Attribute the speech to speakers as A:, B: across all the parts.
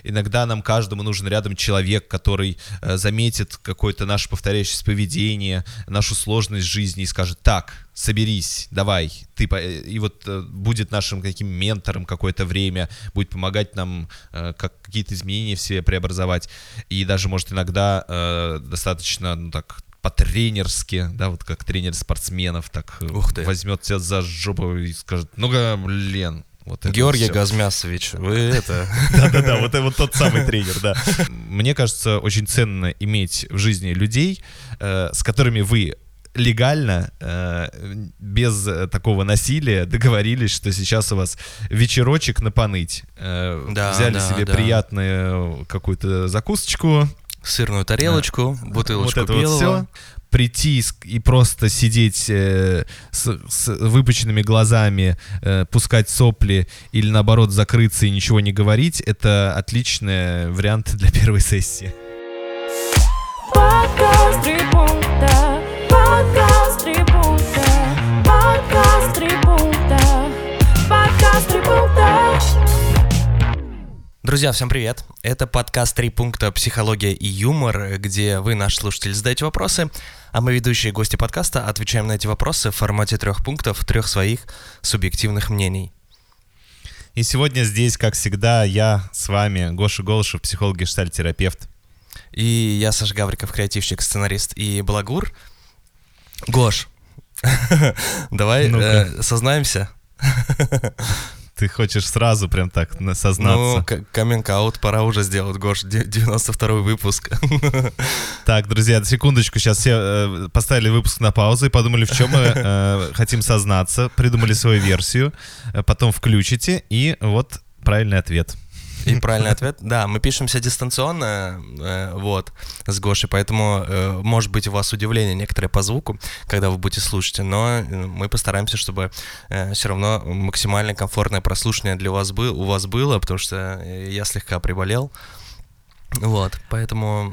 A: иногда нам каждому нужен рядом человек, который заметит какое-то наше повторяющееся поведение, нашу сложность жизни и скажет: так, соберись, давай, и вот будет нашим каким ментором какое-то время, будет помогать нам какие-то изменения в себе преобразовать, и даже, может, иногда достаточно, ну так, по-тренерски, да, вот как тренер спортсменов, так возьмет тебя за жопу и скажет: ну-ка, блин. Вот
B: Георгий Газмясович, вы это...
A: Да-да-да, вот тот самый тренер, да. Мне кажется, очень ценно иметь в жизни людей, с которыми вы легально, без такого насилия договорились, что сейчас у вас вечерочек на поныть. Взяли себе приятную какую-то закусочку,
B: сырную тарелочку, бутылочку
A: вот
B: белого.
A: Вот все. Прийти и просто сидеть с выпученными глазами, пускать сопли или, наоборот, закрыться и ничего не говорить — это отличный вариант для первой сессии.
C: Подкаст 3 пункта. Подкаст 3 пункта. Подкаст 3 пункта. Подкаст 3 пункта.
B: Друзья, всем привет! Это подкаст «3 пункта. Психология и юмор», где вы, наши слушатели, задаете вопросы, а мы, ведущие гости подкаста, отвечаем на эти вопросы в формате 3 пунктов, 3 своих субъективных мнений.
A: И сегодня здесь, как всегда, я с вами, Гоша Голышев, психолог, гештальт-терапевт.
B: И я, Саша Гавриков, креативщик, сценарист и балагур. Гош, давай сознаемся.
A: Ты хочешь сразу прям так сознаться?
B: Ну, каминг-аут пора уже сделать, Гош, 92-й выпуск.
A: Так, друзья, секундочку, сейчас все поставили выпуск на паузу и подумали, в чем мы хотим сознаться, придумали свою версию, потом включите, и вот правильный ответ.
B: И правильный ответ? Да, мы пишемся дистанционно, вот, с Гошей, поэтому, может быть, у вас удивление некоторое по звуку, когда вы будете слушать, но мы постараемся, чтобы все равно максимально комфортное прослушивание для вас у вас было, потому что я слегка приболел, вот, поэтому...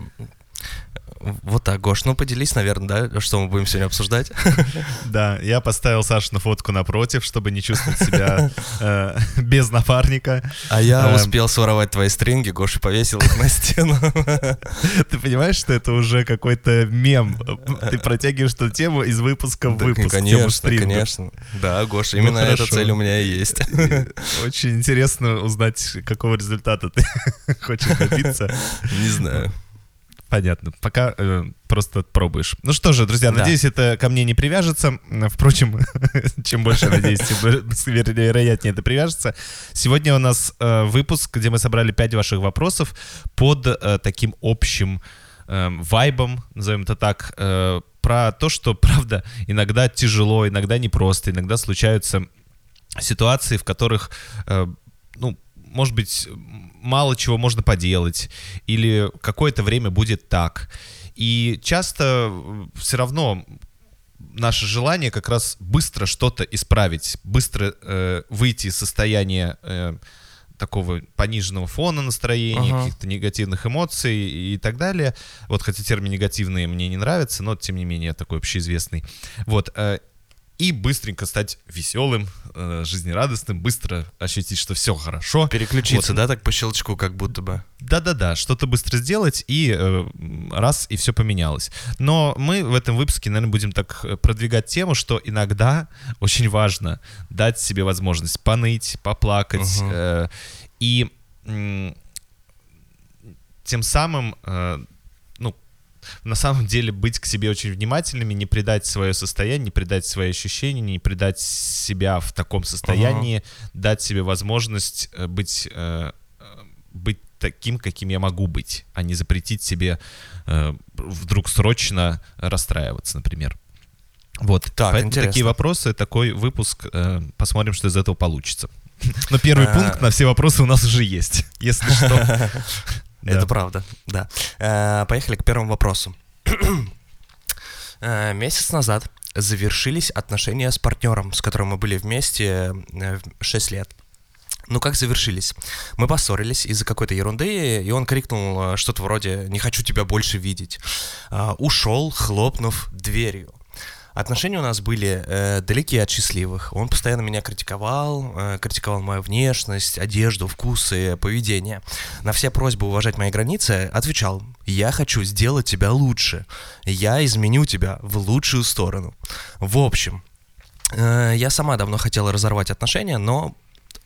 B: Вот так, Гош, ну поделись, наверное, да, что мы будем сегодня обсуждать.
A: Да, я поставил Сашину фотку напротив, чтобы не чувствовать себя без напарника.
B: А я успел своровать твои стринги, Гош, и повесил их на стену.
A: Ты понимаешь, что это уже какой-то мем? Ты протягиваешь эту тему из выпуска в выпуск.
B: Конечно. Да, Гош, именно эта цель у меня и есть.
A: Очень интересно узнать, какого результата ты хочешь добиться.
B: Не знаю.
A: Понятно. Пока просто пробуешь. Ну что же, друзья, надеюсь, это ко мне не привяжется. Впрочем, чем больше надеюсь, тем вероятнее это привяжется. Сегодня у нас выпуск, где мы собрали 5 ваших вопросов под таким общим вайбом, назовем это так, про то, что, правда, иногда тяжело, иногда непросто, иногда случаются ситуации, в которых, может быть, мало чего можно поделать, или какое-то время будет так. И часто все равно наше желание как раз быстро что-то исправить, быстро выйти из состояния такого пониженного фона настроения, каких-то негативных эмоций и так далее. Вот, хотя термин негативные мне не нравится, но тем не менее такой общеизвестный. Вот. И быстренько стать веселым, жизнерадостным, быстро ощутить, что все хорошо.
B: Переключиться, вот. Да, так по щелчку как будто бы.
A: Да-да-да, что-то быстро сделать, и раз, и все поменялось. Но мы в этом выпуске, наверное, будем так продвигать тему, что иногда очень важно дать себе возможность поныть, поплакать, и тем самым... на самом деле быть к себе очень внимательными, не предать свое состояние, не предать свои ощущения, не предать себя в таком состоянии, дать себе возможность быть таким, каким я могу быть, а не запретить себе вдруг срочно расстраиваться, например. Вот,
B: так,
A: поэтому
B: интересно.
A: Такие вопросы, такой выпуск, посмотрим, что из этого получится. Но первый пункт на все вопросы у нас уже есть, если что.
B: Это правда, да. Поехали к первому вопросу. Месяц назад завершились отношения с партнером, с которым мы были вместе 6 лет. Ну как завершились? Мы поссорились из-за какой-то ерунды, и он крикнул что-то вроде «не хочу тебя больше видеть». Ушел, хлопнув дверью. Отношения у нас были далеки от счастливых. Он постоянно меня критиковал мою внешность, одежду, вкусы, поведение. На все просьбы уважать мои границы отвечал: «Я хочу сделать тебя лучше. Я изменю тебя в лучшую сторону». В общем, я сама давно хотела разорвать отношения, но...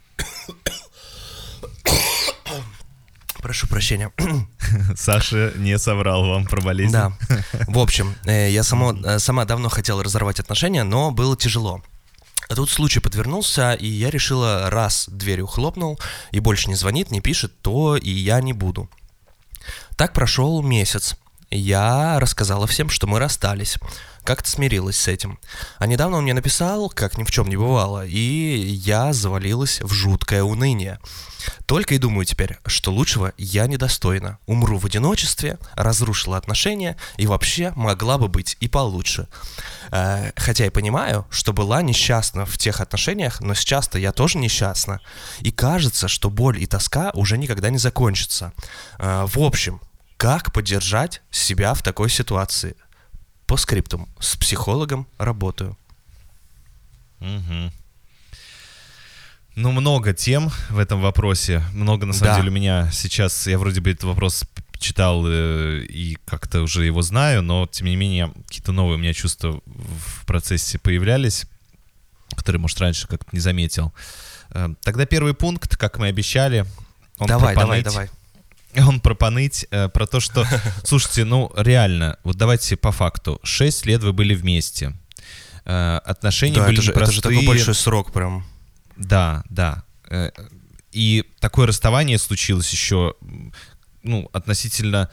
B: Прошу прощения.
A: Саша не соврал вам про болезнь.
B: Да. В общем, я сама давно хотела разорвать отношения, но было тяжело. А тут случай подвернулся, и я решила, раз дверью хлопнул, и больше не звонит, не пишет, то и я не буду. Так прошел месяц. Я рассказала всем, что мы расстались. Как-то смирилась с этим. А недавно он мне написал, как ни в чем не бывало, и я завалилась в жуткое уныние. Только и думаю теперь, что лучшего я недостойна. Умру в одиночестве, разрушила отношения и вообще могла бы быть и получше. Хотя и понимаю, что была несчастна в тех отношениях, но сейчас-то я тоже несчастна. И кажется, что боль и тоска уже никогда не закончатся. В общем, как поддержать себя в такой ситуации? По скриптум. С психологом работаю.
A: Угу. Ну, много тем в этом вопросе. Много, на самом деле, у меня сейчас... Я вроде бы этот вопрос читал и как-то уже его знаю, но, тем не менее, какие-то новые у меня чувства в процессе появлялись, которые, может, раньше как-то не заметил. Тогда первый пункт, как мы обещали.
B: Давай.
A: Он пропоныть про то, что... Слушайте, ну, реально, вот давайте по факту. 6 лет вы были вместе. Отношения были непростые.
B: Это же такой большой срок прям.
A: Да. И такое расставание случилось еще, ну, относительно,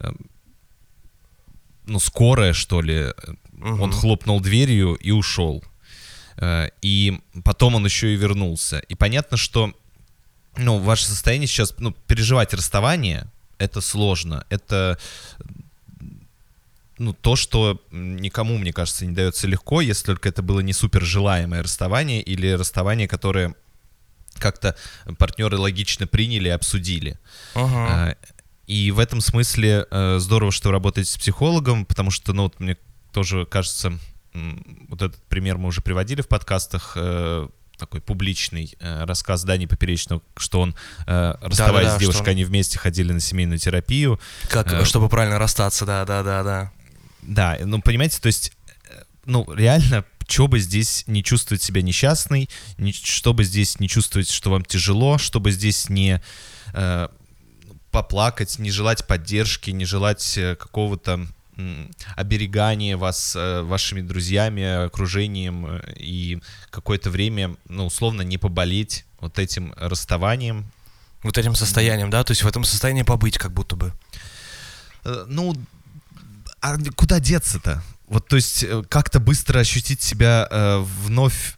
A: ну, скорое, что ли. Угу. Он хлопнул дверью и ушел. И потом он еще и вернулся. И понятно, что, ну, ваше состояние сейчас, ну, переживать расставание, это сложно. Это, ну, то, что никому, мне кажется, не дается легко, если только это было не супер желаемое расставание или расставание, которое как-то партнеры логично приняли и обсудили. Uh-huh. И в этом смысле здорово, что вы работаете с психологом, потому что, ну, вот мне тоже кажется, вот этот пример мы уже приводили в подкастах, такой публичный рассказ Дани Поперечного, что он, расставаясь с девушкой, они вместе ходили на семейную терапию.
B: Чтобы правильно расстаться, да.
A: Да, ну, понимаете, то есть, ну, реально, чтобы здесь не чувствовать себя несчастной, чтобы здесь не чувствовать, что вам тяжело, чтобы здесь не поплакать, не желать поддержки, не желать какого-то оберегания вас вашими друзьями, окружением и какое-то время, ну, условно, не поболеть вот этим расставанием.
B: Вот этим состоянием, да? То есть в этом состоянии побыть как будто бы.
A: Ну, а куда деться-то? Вот, то есть, как-то быстро ощутить себя вновь...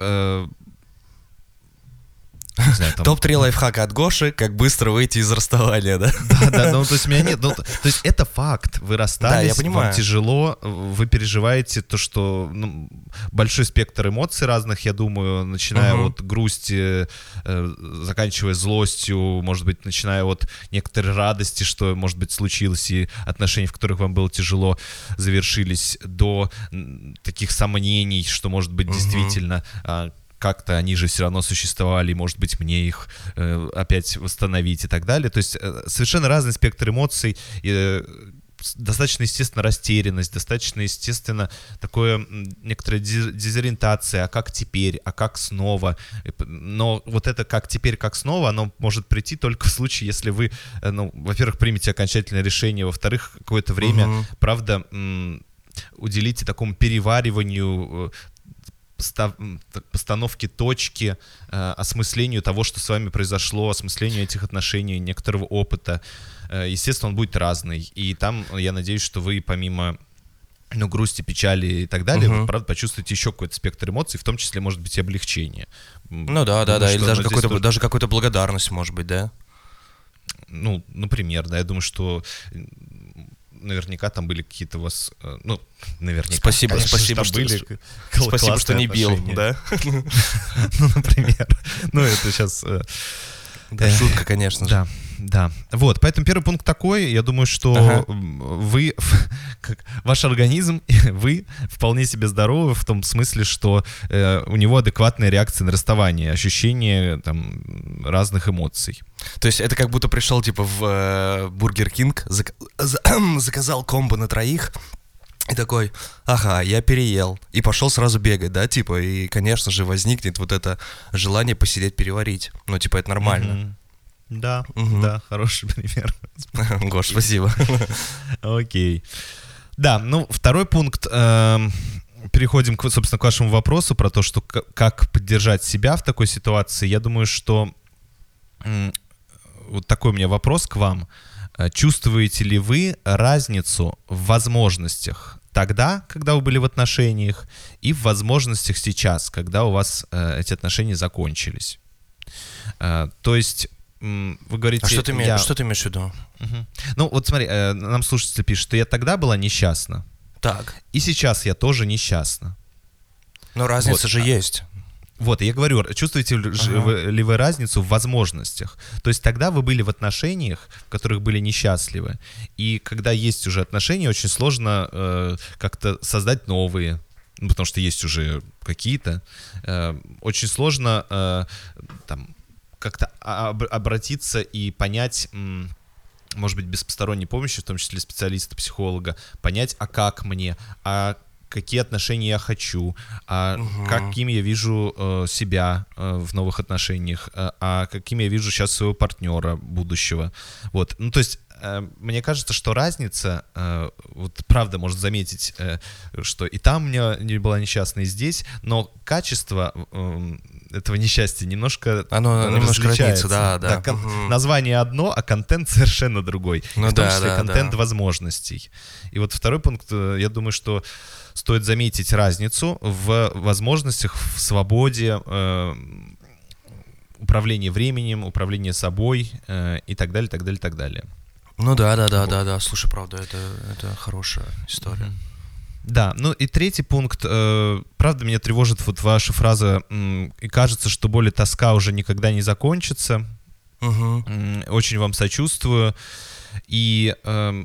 B: Топ-3 лайфхака от Гоши, как быстро выйти из расставания, да?
A: Да, ну, то есть, у меня нет... Ну, то есть, это факт. Вы расстались, да, вам тяжело, вы переживаете то, что... Ну, большой спектр эмоций разных, я думаю, начиная от грусти, заканчивая злостью, может быть, начиная от некоторой радости, что, может быть, случилось, и отношения, в которых вам было тяжело, завершились, до таких сомнений, что, может быть, действительно... как-то они же все равно существовали, может быть, мне их опять восстановить и так далее. То есть совершенно разный спектр эмоций, достаточно, естественно, растерянность, достаточно, естественно, такое некоторая дезориентация, а как теперь, а как снова. Но вот это как теперь, как снова, оно может прийти только в случае, если вы, ну, во-первых, примете окончательное решение, во-вторых, какое-то время, правда, уделите такому перевариванию, постановке точки, осмыслению того, что с вами произошло, осмыслению этих отношений, некоторого опыта. Естественно, он будет разный. И там, я надеюсь, что вы помимо, ну, грусти, печали и так далее, вы, правда, почувствуете еще какой-то спектр эмоций, в том числе, может быть, и облегчение.
B: Ну да, или даже какую-то благодарность, может быть, да?
A: Ну, например, да, я думаю, что... Наверняка там были какие-то у вас, ну, наверняка.
B: Спасибо, что не бил, да?
A: Ну, например. Ну, это сейчас...
B: Шутка, конечно же.
A: Да, вот, поэтому первый пункт такой, я думаю, что вы, ваш организм, вы вполне себе здоровы в том смысле, что у него адекватная реакция на расставание, ощущение там разных эмоций.
B: То есть это как будто пришел типа в Бургер Кинг, заказал комбо на троих, и такой, ага, я переел, и пошел сразу бегать, да, типа, и, конечно же, возникнет вот это желание посидеть, переварить, ну, типа, это нормально.
A: Да, да, хороший пример.
B: Гош, спасибо.
A: Окей. Да, ну, второй пункт, переходим, собственно, к вашему вопросу про то, что как поддержать себя в такой ситуации. Я думаю, что вот такой у меня вопрос к вам. Чувствуете ли вы разницу в возможностях тогда, когда вы были в отношениях, и в возможностях сейчас, когда у вас эти отношения закончились? То есть вы говорите...
B: А что ты имеешь в виду?
A: Ну вот смотри, нам слушатель пишет, что я тогда была несчастна.
B: Так.
A: И сейчас я тоже несчастна.
B: Но разница же есть.
A: Вот, я говорю, чувствуете ли вы разницу в возможностях? То есть тогда вы были в отношениях, в которых были несчастливы, и когда есть уже отношения, очень сложно как-то создать новые, ну, потому что есть уже какие-то. Очень сложно там как-то обратиться и понять, может быть, без посторонней помощи, в том числе специалиста, психолога, понять, а как мне, какие отношения я хочу, каким я вижу себя в новых отношениях, каким я вижу сейчас своего партнера будущего. Вот. Ну, то есть, мне кажется, что разница, вот правда может заметить, что и там у меня не была несчастна, и здесь, но качество этого несчастья немножко
B: различается. Да.
A: Название одно, а контент совершенно другой.
B: Ну,
A: в том числе контент возможностей. И вот второй пункт, я думаю, что стоит заметить разницу в возможностях, в свободе, управлении временем, управлении собой и так далее, так далее, так далее.
B: Ну да. Слушай, правда, это хорошая история.
A: Да, ну и третий пункт. Правда, меня тревожит вот ваша фраза «и кажется, что боль и тоска уже никогда не закончатся». Очень вам сочувствую. И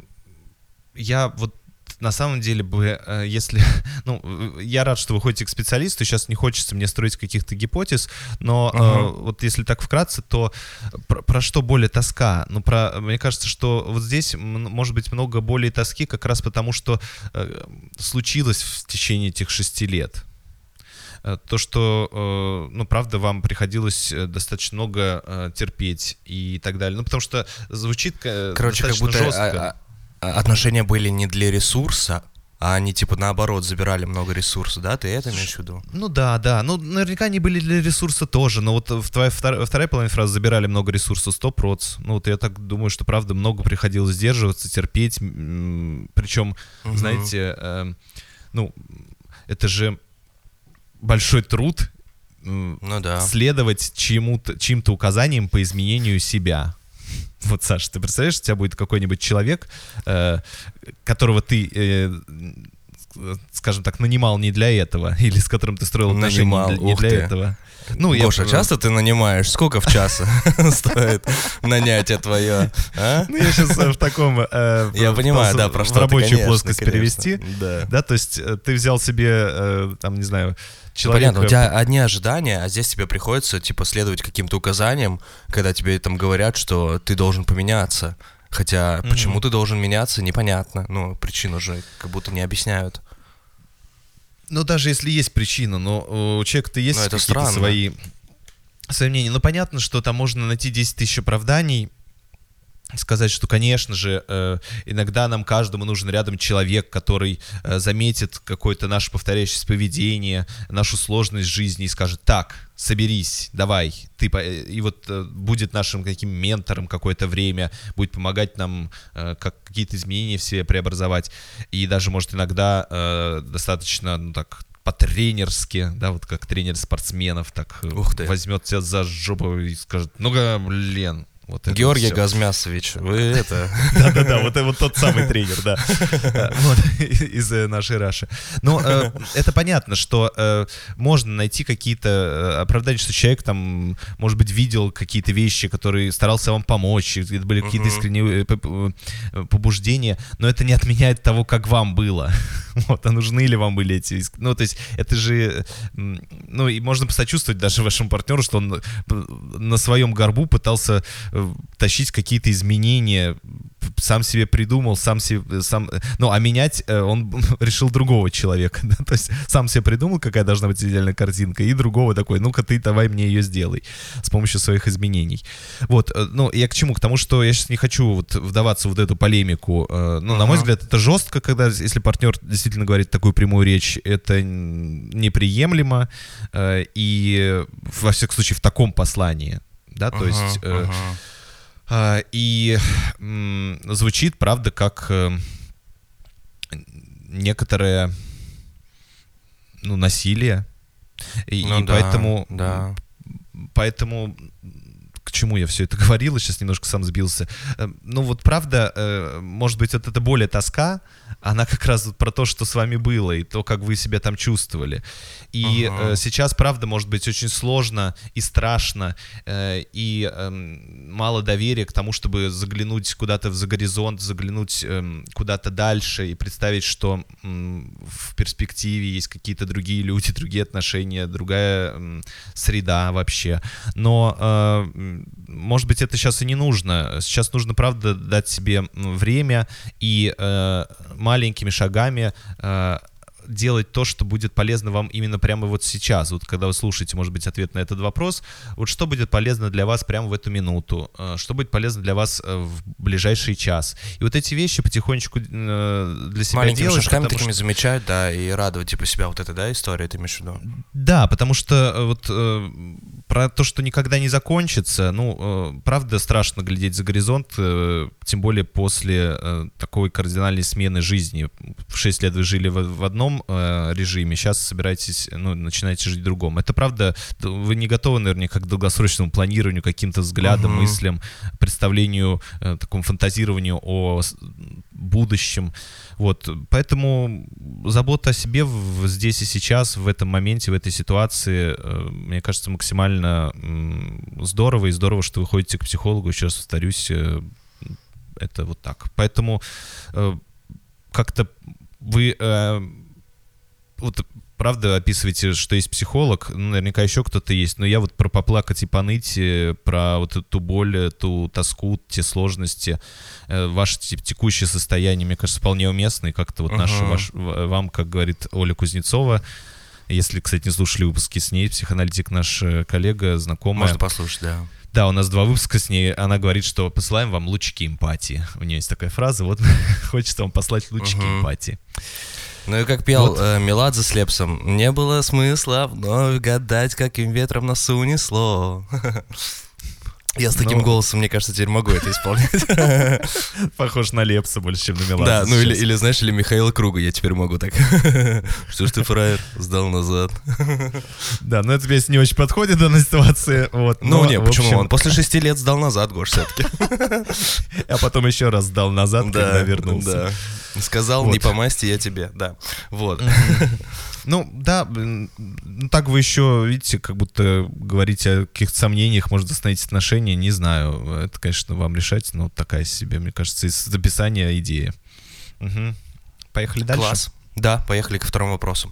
A: я вот на самом деле бы, если... Ну, я рад, что вы ходите к специалисту, сейчас не хочется мне строить каких-то гипотез, но вот если так вкратце, то про что боль и тоска? Ну, мне кажется, что вот здесь может быть много боли и тоски как раз потому, что случилось в течение этих 6 лет. То, что, ну, правда, вам приходилось достаточно много терпеть и так далее. Ну, потому что звучит достаточно
B: как будто
A: жестко.
B: Отношения были не для ресурса, а они, типа, наоборот, забирали много ресурса, да? Ты это имеешь в виду?
A: Ну да. Ну, наверняка они были для ресурса тоже, но вот в твоей второй половине фразы забирали много ресурса 100%. Ну вот я так думаю, что, правда, много приходилось сдерживаться, терпеть. Причем, знаете, ну, это же большой труд следовать чьим-то указаниям по изменению себя. Вот, Саша, ты представляешь, у тебя будет какой-нибудь человек, которого ты, скажем так, нанимал не для этого, или с которым ты строил отношения не для этого.
B: Ну, Гоша, часто ты нанимаешь? Сколько в час стоит нанятие твое?
A: Ну, я сейчас в таком...
B: Я понимаю, да, про что
A: в рабочую плоскость перевести. Да, то есть ты взял себе, там, не знаю, человека...
B: Понятно, у тебя одни ожидания, а здесь тебе приходится, типа, следовать каким-то указаниям, когда тебе там говорят, что ты должен поменяться. Хотя почему ты должен меняться, непонятно. Ну, причину же как будто не объясняют.
A: Ну, даже если есть причина, но у человека-то есть какие-то свои мнения. Ну, понятно, что там можно найти 10 тысяч оправданий, сказать, что, конечно же, иногда нам каждому нужен рядом человек, который заметит какое-то наше повторяющееся поведение, нашу сложность жизни и скажет: так, соберись, давай, и вот будет нашим каким ментором какое-то время, будет помогать нам какие-то изменения в себе преобразовать, и даже, может, иногда достаточно, ну, так, по-тренерски, да, вот как тренер спортсменов, так возьмет тебя за жопу и скажет: ну-ка, блин, Вот это
B: Георгий
A: всё.
B: Газмясович, вы это...
A: Да-да-да, вот тот самый тренер, да. Вот, из нашей Раши. Ну, это понятно, что можно найти какие-то оправдания, что человек там, может быть, видел какие-то вещи, которые старался вам помочь, это были какие-то искренние побуждения, но это не отменяет того, как вам было. Вот, а нужны ли вам были эти... Ну, то есть, это же... Ну, и можно посочувствовать даже вашему партнеру, что он на своем горбу пытался тащить какие-то изменения, сам себе придумал, ну, а менять он решил другого человека, да? То есть сам себе придумал, какая должна быть идеальная картинка, и другого такой, ну-ка ты давай мне ее сделай с помощью своих изменений. Вот, ну, я к чему? К тому, что я сейчас не хочу вот вдаваться в эту полемику, ну, на мой взгляд, это жестко, когда, если партнер действительно говорит такую прямую речь, это неприемлемо, и, во всяком случае, в таком послании, да, то есть... И звучит, правда, как некоторое, ну, насилие. И поэтому к чему я все это говорил, сейчас немножко сам сбился. Ну вот правда, может быть, вот эта боль и тоска, она как раз вот про то, что с вами было, и то, как вы себя там чувствовали. И сейчас, правда, может быть очень сложно и страшно, и мало доверия к тому, чтобы заглянуть куда-то за горизонт, заглянуть куда-то дальше и представить, что в перспективе есть какие-то другие люди, другие отношения, другая среда вообще. Но, может быть, это сейчас и не нужно. Сейчас нужно, правда, дать себе время и маленькими шагами делать то, что будет полезно вам именно прямо вот сейчас. Вот когда вы слушаете, может быть, ответ на этот вопрос, вот что будет полезно для вас прямо в эту минуту, что будет полезно для вас в ближайший час. И вот эти вещи потихонечку для себя
B: маленькими
A: делать.
B: Шажками такими замечать, да, и радовать типа себя, вот эта, да, история, ты имеешь в виду?
A: Да, потому что вот про то, что никогда не закончится, ну, правда, страшно глядеть за горизонт, тем более после такой кардинальной смены жизни. В 6 лет вы жили в одном режиме, сейчас собираетесь, ну, начинаете жить в другом. Это правда, вы не готовы, наверное, к долгосрочному планированию, каким-то взглядам, мыслям, представлению, такому фантазированию о будущем. Вот, поэтому забота о себе здесь и сейчас, в этом моменте, в этой ситуации, мне кажется, максимально здорово, и здорово, что вы ходите к психологу, еще раз повторюсь, это вот так. Поэтому как-то вы вот правда описываете, что есть психолог, ну, наверняка еще кто-то есть, но я вот про поплакать и поныть, про вот эту боль, эту тоску, те сложности, ваше текущее состояние, мне кажется, вполне уместно, и как-то вот вам, как говорит Оля Кузнецова, если, кстати, не слушали выпуски с ней, психоаналитик наш коллега, знакомая.
B: Можно послушать, да.
A: Да, у нас 2 выпуска с ней, она говорит, что посылаем вам лучики эмпатии. У нее есть такая фраза, вот хочется вам послать лучики эмпатии.
B: Ну и как пел
A: Вот.
B: Меладзе с Лепсом, не было смысла вновь гадать, каким ветром нас унесло. Я с таким голосом, мне кажется, теперь могу это исполнять.
A: Похож на Лепса больше, чем на Меладзе.
B: Да, ну или знаешь, или Михаила Круга, я теперь могу так. Что ж ты, фраер, сдал назад.
A: Да, но это тебе не очень подходит данной ситуации. Вот.
B: Ну
A: Но,
B: не,
A: в
B: почему?
A: общем,
B: Он после 6 лет сдал назад, Гош, все-таки.
A: А потом еще раз сдал назад, когда вернулся.
B: Да. Сказал,
A: Вот.
B: не по масти, я тебе, да. Вот.
A: Ну, да, так вы еще, видите, как будто говорите о каких-то сомнениях, может остановить отношения, не знаю. Это, конечно, вам решать, но такая себе, мне кажется, из записания идея. Угу. Поехали дальше?
B: Класс. Да, поехали ко второму вопросу.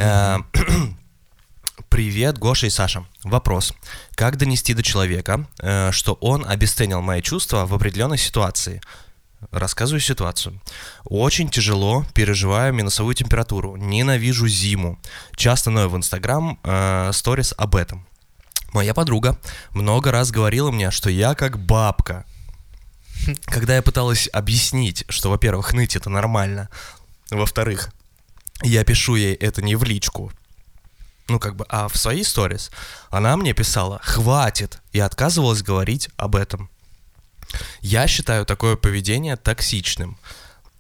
B: Привет, Гоша и Саша. Вопрос. Как донести до человека, что он обесценил мои чувства в определенной ситуации? Рассказываю ситуацию. Очень тяжело переживаю минусовую температуру. Ненавижу зиму. Часто ною в Инстаграм сторис об этом. Моя подруга много раз говорила мне, что я как бабка. Когда я пыталась объяснить, что, во-первых, ныть это нормально, во-вторых, я пишу ей это не в личку, ну как бы, а в свои сторис, она мне писала «хватит» и отказывалась говорить об этом. Я считаю такое поведение токсичным.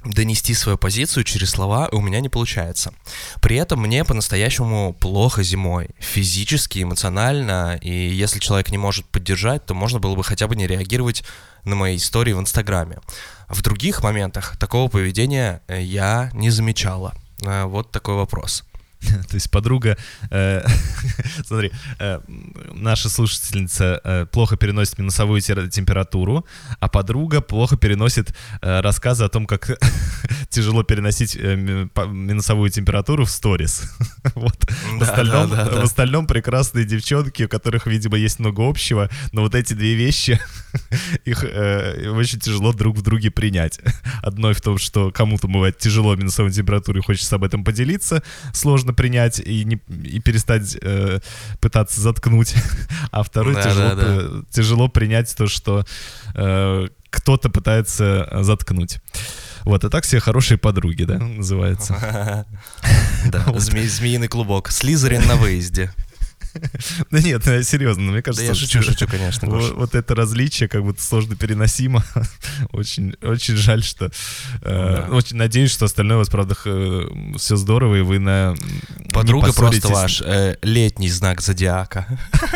B: донести свою позицию через слова у меня не получается. При этом мне по-настоящему плохо зимой, физически, эмоционально, и если человек не может поддержать, то можно было бы хотя бы не реагировать на мои истории в Инстаграме. В других моментах такого поведения я не замечала. Вот такой вопрос.
A: То есть подруга, смотри, наша слушательница плохо переносит минусовую температуру, а подруга плохо переносит рассказы о том, как тяжело переносить минусовую температуру в сторис. Вот. В остальном прекрасные девчонки, у которых, видимо, есть много общего, но вот эти две вещи, их очень тяжело друг в друге принять. Одной в том, что кому-то бывает тяжело минусовой температурой, хочется об этом поделиться, сложно принять и перестать пытаться заткнуть, а второй тяжело принять то, что кто-то пытается заткнуть. Вот, а так все хорошие подруги, да, называется.
B: Да, змеиный клубок. Слизерин на выезде.
A: Да нет, серьезно, мне кажется...
B: Да я шучу, конечно.
A: Вот это различие как будто сложно переносимо. Очень, очень жаль, что... Очень надеюсь, что остальное у вас, правда, все здорово, и вы на...
B: Подруга просто ваш летний знак зодиака.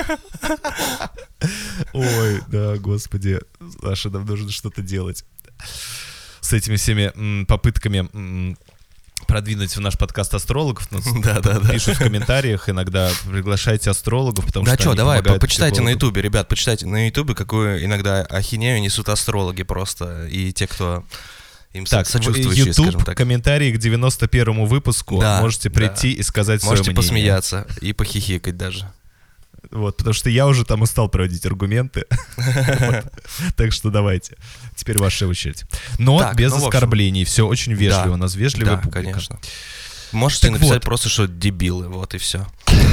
A: Ой, да, господи, Саша, нам нужно что-то делать с этими всеми попытками... продвинуть в наш подкаст астрологов. Пишут в комментариях иногда, приглашайте астрологов, потому что
B: что,
A: они
B: давай,
A: помогают
B: почитайте на
A: психологам.
B: Ютубе, ребят, почитайте на Ютубе, какую иногда ахинею несут астрологи просто, и те, кто им сочувствующие, скажем
A: YouTube,
B: так.
A: комментарии к 91-му выпуску, можете прийти и сказать свое мнение.
B: Можете посмеяться и похихикать даже.
A: Вот, потому что я уже там устал проводить аргументы. Так что давайте. Теперь ваша очередь. Но без оскорблений. Все очень вежливо. У нас вежливая публика.
B: Да, конечно. Можете написать просто, что дебилы, вот и все.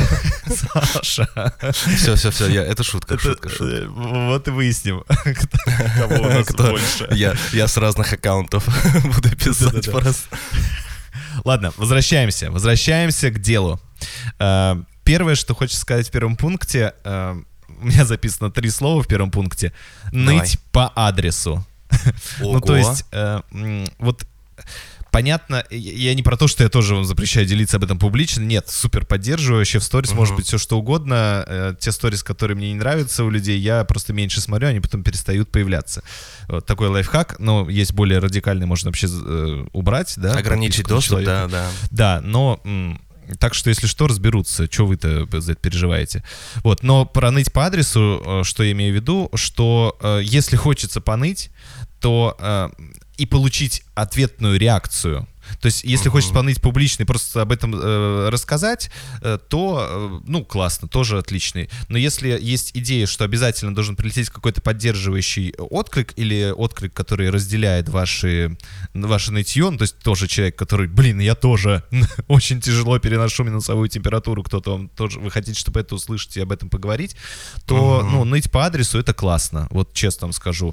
A: Саша.
B: Все, это шутка.
A: Вот и выясним, кого у нас больше.
B: Я с разных аккаунтов буду писать просто.
A: Ладно, возвращаемся к делу. Первое, что хочется сказать в первом пункте, у меня записано 3 слова в первом пункте. Ныть по адресу. Ну, то есть, вот понятно, я не про то, что я тоже вам запрещаю делиться об этом публично. Нет, супер поддерживаю. Вообще в сторис может быть все что угодно. Те сторис, которые мне не нравятся у людей, я просто меньше смотрю, они потом перестают появляться. Вот такой лайфхак. Но есть более радикальный, можно вообще убрать, да?
B: Ограничить доступ, да.
A: Да, но... Так что, если что, разберутся, что вы-то за это переживаете. Вот, но проныть по адресу, что я имею в виду, что если хочется поныть, то и получить ответную реакцию. То есть, если хочется поныть публично и просто об этом рассказать, то, классно, тоже отличный. Но если есть идея, что обязательно должен прилететь какой-то поддерживающий отклик или отклик, который разделяет ваше нытье, то есть тоже человек, который, я тоже очень тяжело переношу минусовую температуру, кто-то вам тоже, вы хотите, чтобы это услышать и об этом поговорить, то, ныть по адресу — это классно, вот честно вам скажу.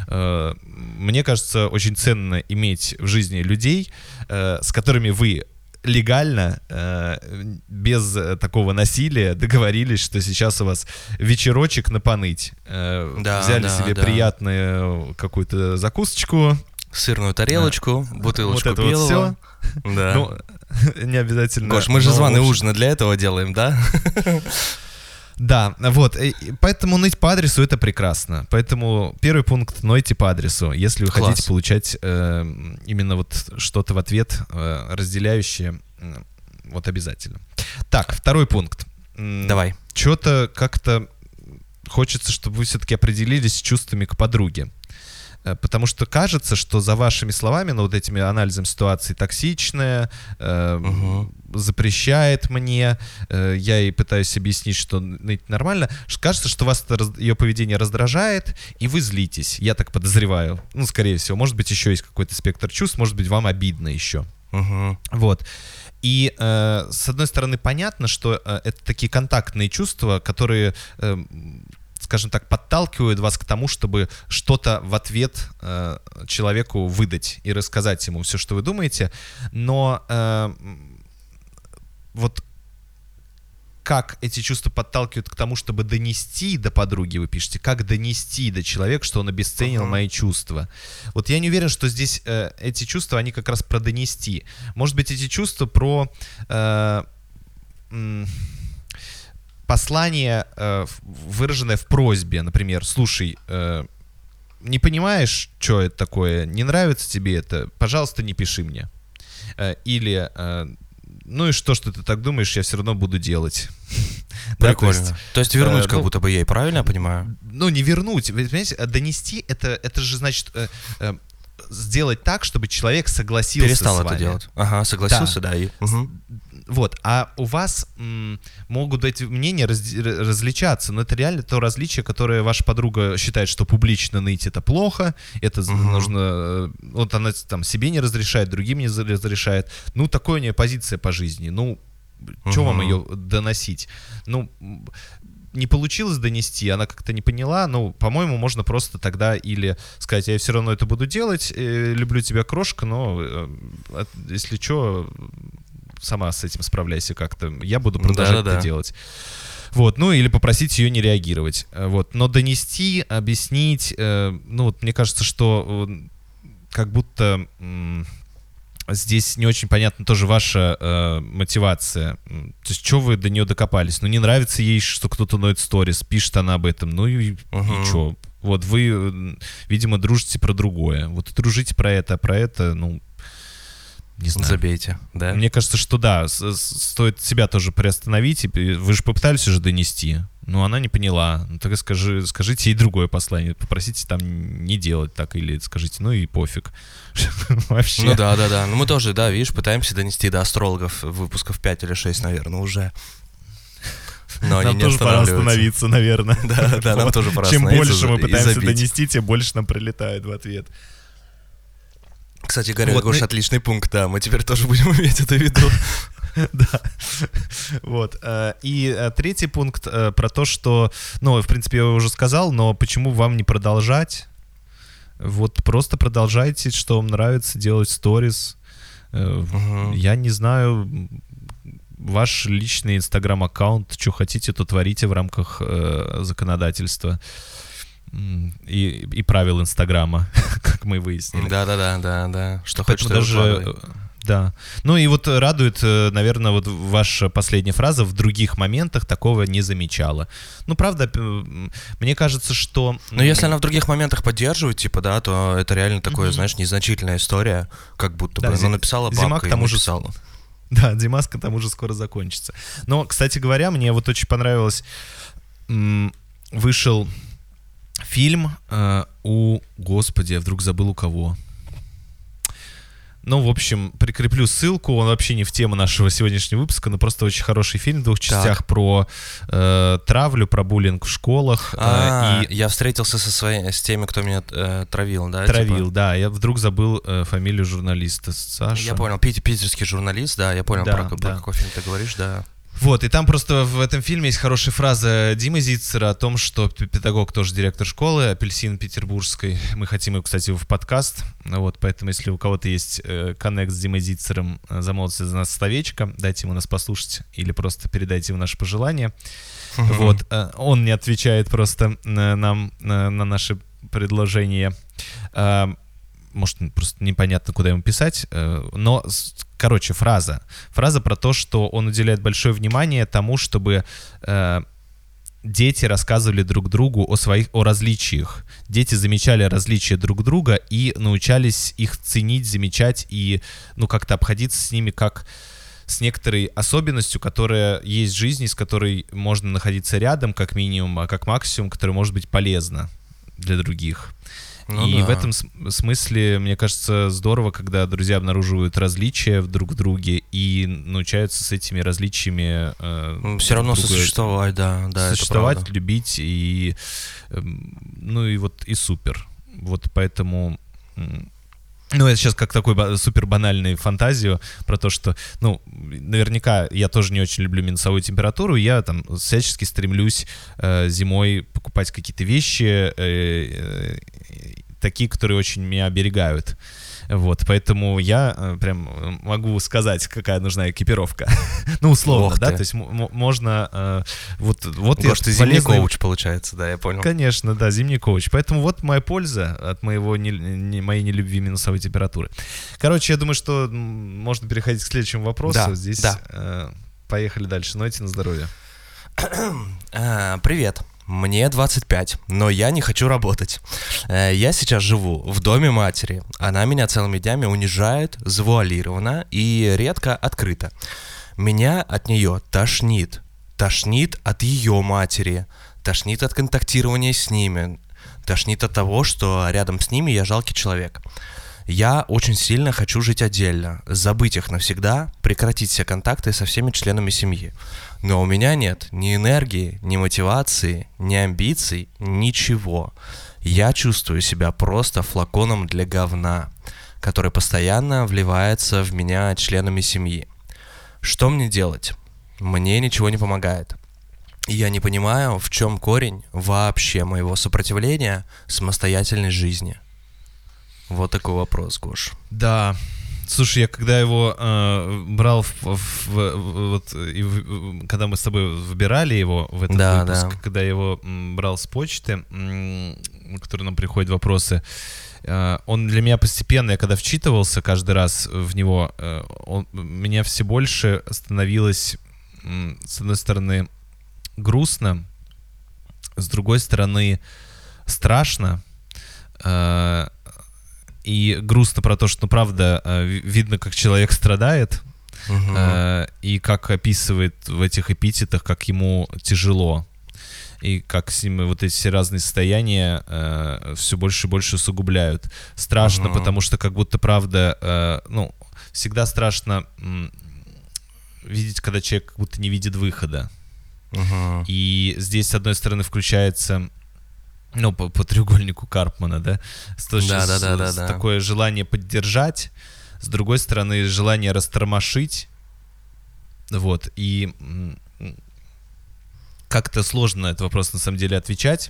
A: Мне кажется, очень ценно иметь в жизни людей, с которыми вы легально, без такого насилия договорились, что сейчас у вас вечерочек на поныть. Взяли себе приятную какую-то закусочку.
B: Сырную тарелочку, бутылочку
A: вот это
B: белого.
A: Вот все. Да. Не обязательно.
B: Гош, мы же званый ужин для этого делаем, да?
A: Да, вот, поэтому ныть по адресу — это прекрасно. Поэтому первый пункт — нойте по адресу, если вы хотите получать именно вот что-то в ответ, разделяющее, вот обязательно. Так, второй пункт.
B: Давай.
A: Что-то как-то хочется, чтобы вы все-таки определились с чувствами к подруге. Потому что кажется, что за вашими словами, вот этими анализом ситуации, токсичная, запрещает мне, я ей пытаюсь объяснить, что ныть нормально. Кажется, что вас ее поведение раздражает, и вы злитесь. Я так подозреваю. Скорее всего. Может быть, еще есть какой-то спектр чувств, может быть, вам обидно еще. Вот. И, с одной стороны, понятно, что это такие контактные чувства, которые... скажем так, подталкивают вас к тому, чтобы что-то в ответ человеку выдать и рассказать ему все, что вы думаете. Но вот как эти чувства подталкивают к тому, чтобы донести до подруги, вы пишете, как донести до человека, что он обесценил мои чувства. Вот я не уверен, что здесь эти чувства, они как раз про донести. Может быть, эти чувства про послание, выраженное в просьбе, например, слушай, не понимаешь, что это такое, не нравится тебе это, пожалуйста, не пиши мне. Или, ну и что ты так думаешь, я все равно буду делать.
B: Прикольно. Да, то есть вернуть как будто бы ей, правильно я понимаю?
A: Ну, не вернуть, вы понимаете, донести, это же значит сделать так, чтобы человек согласился
B: перестал
A: с вами.
B: Это делать. Ага, согласился, да. И...
A: Вот, а у вас могут эти мнения различаться, но это реально то различие, которое ваша подруга считает, что публично ныть это плохо, это нужно, вот она там себе не разрешает, другим не разрешает, ну, такая у нее позиция по жизни, ну, что вам ее доносить? Ну, не получилось донести, она как-то не поняла, ну, по-моему, можно просто тогда или сказать, я все равно это буду делать, люблю тебя, крошка, но если что, сама с этим справляйся как-то, я буду продолжать это делать. Вот, ну, или попросить ее не реагировать. Вот, но донести, объяснить, ну, вот мне кажется, что как будто... Здесь не очень понятна тоже ваша мотивация. То есть, что вы до нее докопались? Ну, не нравится ей, что кто-то ноет сторис, пишет она об этом. Ну и что? Вот вы, видимо, дружите про другое. Вот дружите про это, ну, не знаю.
B: Забейте, да?
A: Мне кажется, что да, стоит себя тоже приостановить. Вы же попытались уже донести. Но она не поняла. Ну, так скажите ей другое послание. Попросите там не делать так. Или скажите, ну и пофиг. Вообще.
B: Ну да. Ну мы тоже, да, видишь, пытаемся донести до астрологов выпусков 5 или 6, наверное, уже. Но
A: нам тоже пора остановиться, наверное.
B: Да, нам тоже пора
A: Чем
B: остановиться.
A: Чем больше мы пытаемся донести, тем больше нам прилетает в ответ.
B: Кстати говоря, вот, Гош, отличный пункт, да, мы теперь тоже будем иметь это в виду.
A: Да, вот. И третий пункт про то, что, ну, в принципе, я уже сказал, но почему вам не продолжать? Вот просто продолжайте, что вам нравится делать сторис. Я не знаю, ваш личный инстаграм-аккаунт, что хотите, то творите в рамках законодательства. И правил Инстаграма, как мы выяснили.
B: Да. Что хочешь, что
A: даже, да. Ну и вот радует, наверное, вот ваша последняя фраза: в других моментах такого не замечала. Ну, правда, мне кажется, что...
B: Ну, если она в других моментах поддерживает, типа, да, то это реально такое, знаешь, незначительная история, как будто бы. Ну, написала бабка и написала.
A: Да, зима к тому же скоро закончится. Но, кстати говоря, мне вот очень понравилось, вышел... фильм Господи, я вдруг забыл у кого. Ну, в общем, прикреплю ссылку. Он вообще не в тему нашего сегодняшнего выпуска, но просто очень хороший фильм в 2 частях про травлю, про буллинг в школах.
B: И я встретился с теми, кто меня травил, да?
A: Травил, типа? Да. Я вдруг забыл фамилию журналиста. Саша.
B: Я понял. Питерский журналист, да. Я понял, про какой фильм ты говоришь, да.
A: Вот, и там просто в этом фильме есть хорошая фраза Димы Зицера о том, что педагог тоже директор школы, Апельсин Петербургской. Мы хотим, кстати, его в подкаст. Вот, поэтому, если у кого-то есть коннект с Димой Зицером, замолвите за нас словечко, дайте ему нас послушать или просто передайте ему наши пожелания. Вот, он не отвечает просто нам на наши предложения. Может, просто непонятно, куда ему писать, но, короче, фраза про то, что он уделяет большое внимание тому, чтобы дети рассказывали друг другу о различиях. Дети замечали различия друг друга и научались их ценить, замечать и, ну, как-то обходиться с ними как с некоторой особенностью, которая есть в жизни, с которой можно находиться рядом, как минимум, а как максимум, которая может быть полезна для других. Ну, и в этом смысле, мне кажется, здорово, когда друзья обнаруживают различия друг в друге и научаются с этими различиями
B: все равно сосуществовать, да,
A: существовать, это любить и, ну и вот и супер. Вот поэтому, ну это сейчас как такой супер банальную фантазию про то, что, ну наверняка я тоже не очень люблю минусовую температуру, я там всячески стремлюсь зимой покупать какие-то вещи такие, которые очень меня оберегают. Вот, поэтому я прям могу сказать, какая нужна экипировка. Ну, условно, да, то есть можно... Вот
B: Гош, ты зимний коуч, получается, да, я понял.
A: Конечно, да, зимний коуч. Поэтому вот моя польза от моей нелюбви минусовой температуры. Короче, я думаю, что можно переходить к следующему вопросу.
B: Да,
A: здесь
B: да.
A: Поехали дальше. Нойте на здоровье.
B: Привет. Мне 25, но я не хочу работать. Я сейчас живу в доме матери. Она меня целыми днями унижает, завуалированно и редко открыто. Меня от нее тошнит. Тошнит от ее матери. Тошнит от контактирования с ними. Тошнит от того, что рядом с ними я жалкий человек. Я очень сильно хочу жить отдельно, забыть их навсегда, прекратить все контакты со всеми членами семьи. Но у меня нет ни энергии, ни мотивации, ни амбиций, ничего. Я чувствую себя просто флаконом для говна, который постоянно вливается в меня членами семьи. Что мне делать? Мне ничего не помогает. Я не понимаю, в чем корень вообще моего сопротивления самостоятельной жизни. Вот такой вопрос, Гош.
A: Да. Слушай, я когда его брал, когда мы с тобой выбирали его в этот выпуск, когда я его брал с почты, в которой нам приходят вопросы, он для меня постепенно, я когда вчитывался каждый раз в него, меня все больше становилось, с одной стороны, грустно, с другой стороны, страшно. И грустно про то, что, ну, правда, видно, как человек страдает, и как описывает в этих эпитетах, как ему тяжело, и как с ним вот эти все разные состояния все больше и больше усугубляют. Страшно, потому что как будто, правда, ну, всегда страшно видеть, когда человек как будто не видит выхода. И здесь, с одной стороны, включается... Ну, по треугольнику Карпмана, да? Такое желание поддержать, с другой стороны, желание растормошить, вот, и как-то сложно на этот вопрос, на самом деле, отвечать.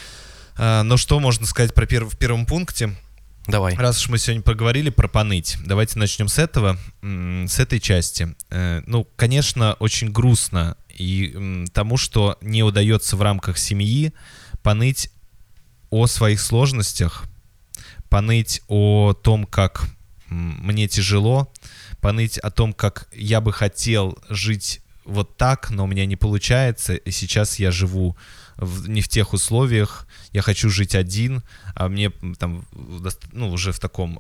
A: Но что можно сказать в первом пункте?
B: Давай.
A: Раз уж мы сегодня поговорили про поныть, давайте начнем с этого, с этой части. Ну, конечно, очень грустно и тому, что не удается в рамках семьи поныть о своих сложностях, поныть о том, как мне тяжело, поныть о том, как я бы хотел жить вот так, но у меня не получается, и сейчас я живу не в тех условиях, я хочу жить один, а мне там, ну, уже в таком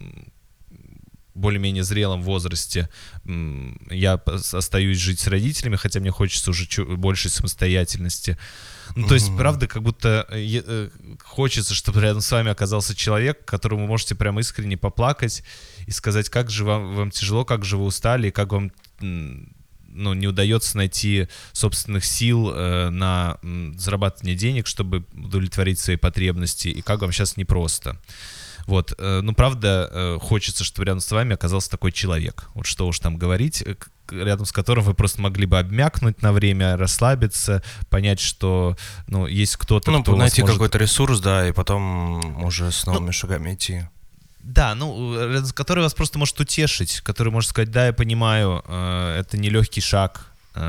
A: более-менее зрелом возрасте я остаюсь жить с родителями, хотя мне хочется уже большей самостоятельности. Ну, то есть, правда, как будто хочется, чтобы рядом с вами оказался человек, которому вы можете прям искренне поплакать и сказать, как же вам тяжело, как же вы устали, как вам, ну, не удается найти собственных сил на зарабатывание денег, чтобы удовлетворить свои потребности, и как вам сейчас непросто. Вот, ну, правда, хочется, чтобы рядом с вами оказался такой человек. Вот что уж там говорить, рядом с которым вы просто могли бы обмякнуть на время, расслабиться, понять, что, ну, есть кто-то,
B: ну,
A: кто
B: найти
A: может...
B: какой-то ресурс, да, и потом уже с новыми шагами идти.
A: Да, ну, рядом с которым вас просто может утешить, который может сказать, да, я понимаю, это нелегкий шаг,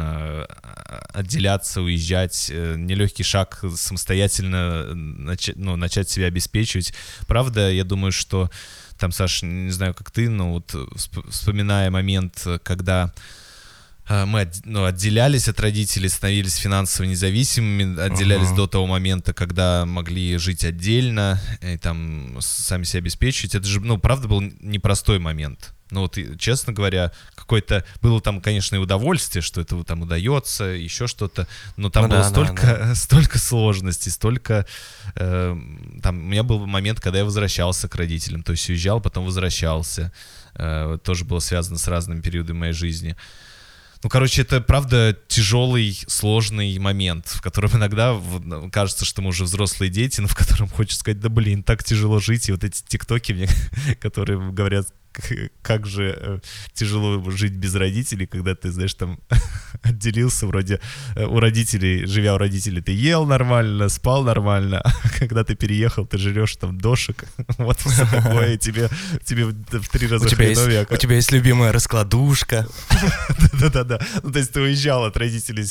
A: отделяться, уезжать, нелегкий шаг самостоятельно начать себя обеспечивать. Правда, я думаю, что там, Саш, не знаю, как ты, но вот вспоминая момент, когда мы отделялись от родителей, становились финансово независимыми, отделялись до того момента, когда могли жить отдельно и там сами себя обеспечивать. Это же, ну, правда, был непростой момент. Ну вот, честно говоря, какое-то было там, конечно, и удовольствие, что это там удается, еще что-то, но там было столько сложностей, столько... там у меня был момент, когда я возвращался к родителям, то есть уезжал, потом возвращался. Тоже было связано с разными периодами моей жизни. Ну, короче, это, правда, тяжелый, сложный момент, в котором иногда кажется, что мы уже взрослые дети, но в котором хочется сказать, да блин, так тяжело жить, и вот эти тиктоки, которые говорят, как же тяжело жить без родителей, когда ты, знаешь, там отделился вроде у родителей, живя у родителей, ты ел нормально, спал нормально, а когда ты переехал, ты жрешь там дошек, вот все такое, тебе в 3 раза хреновее.
B: У тебя есть любимая раскладушка.
A: Да-да-да. Ну, то есть ты уезжал от родителей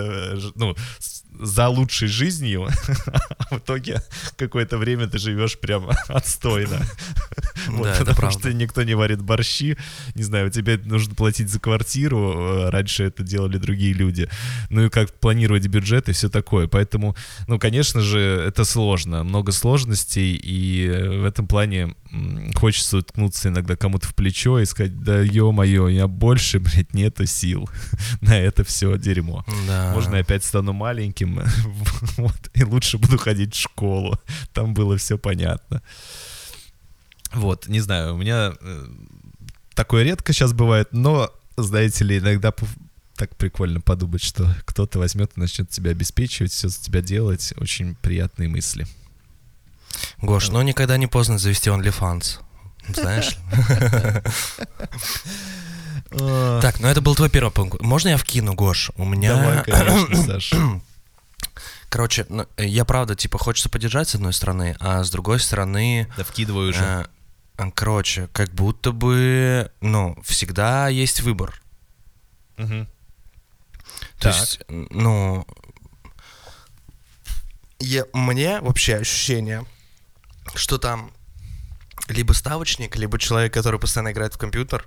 A: за лучшей жизнью, а в итоге какое-то время ты живешь прям отстойно. Вот, потому что никто не варит борщи, не знаю, тебе нужно платить за квартиру, раньше это делали другие люди. Ну и как планировать бюджет и все такое. Поэтому, ну, конечно же, это сложно, много сложностей, и в этом плане хочется уткнуться иногда кому-то в плечо и сказать: да ё-моё, у меня больше, блядь, нету сил на это все дерьмо.
B: Да.
A: Можно я опять стану маленьким, вот, и лучше буду ходить в школу. Там было все понятно. Вот, не знаю, у меня такое редко сейчас бывает, но, знаете ли, иногда так прикольно подумать, что кто-то возьмет и начнет тебя обеспечивать, все за тебя делать. Очень приятные мысли.
B: Гош, ну никогда не поздно завести OnlyFans, знаешь? Так, ну это был твой первый пункт. Можно я вкину, Гош? У меня...
A: Давай, конечно, Саша.
B: Короче, я правда, типа, хочется поддержать с одной стороны, а с другой стороны...
A: Да вкидываю уже.
B: Короче, как будто бы, ну, всегда есть выбор.
A: Угу.
B: То есть, ну... Мне вообще ощущение, что там либо ставочник, либо человек, который постоянно играет в компьютер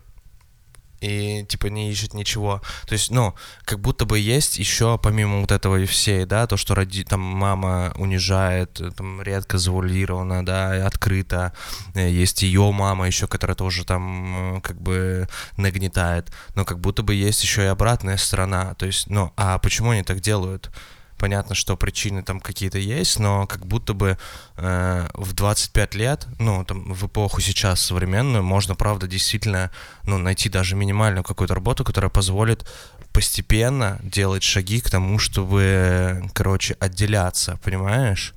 B: и, типа, не ищет ничего. То есть, ну, как будто бы есть еще, помимо вот этого и всей, да, то, что там мама унижает, там, редко завуалирована, да, открыто. Есть ее мама еще, которая тоже там, как бы, нагнетает. Но как будто бы есть еще и обратная сторона. То есть, ну, а почему они так делают? Понятно, что причины там какие-то есть, но как будто бы в 25 лет, ну, там, в эпоху сейчас современную, можно, правда, действительно, ну, найти даже минимальную какую-то работу, которая позволит постепенно делать шаги к тому, чтобы, короче, отделяться, понимаешь?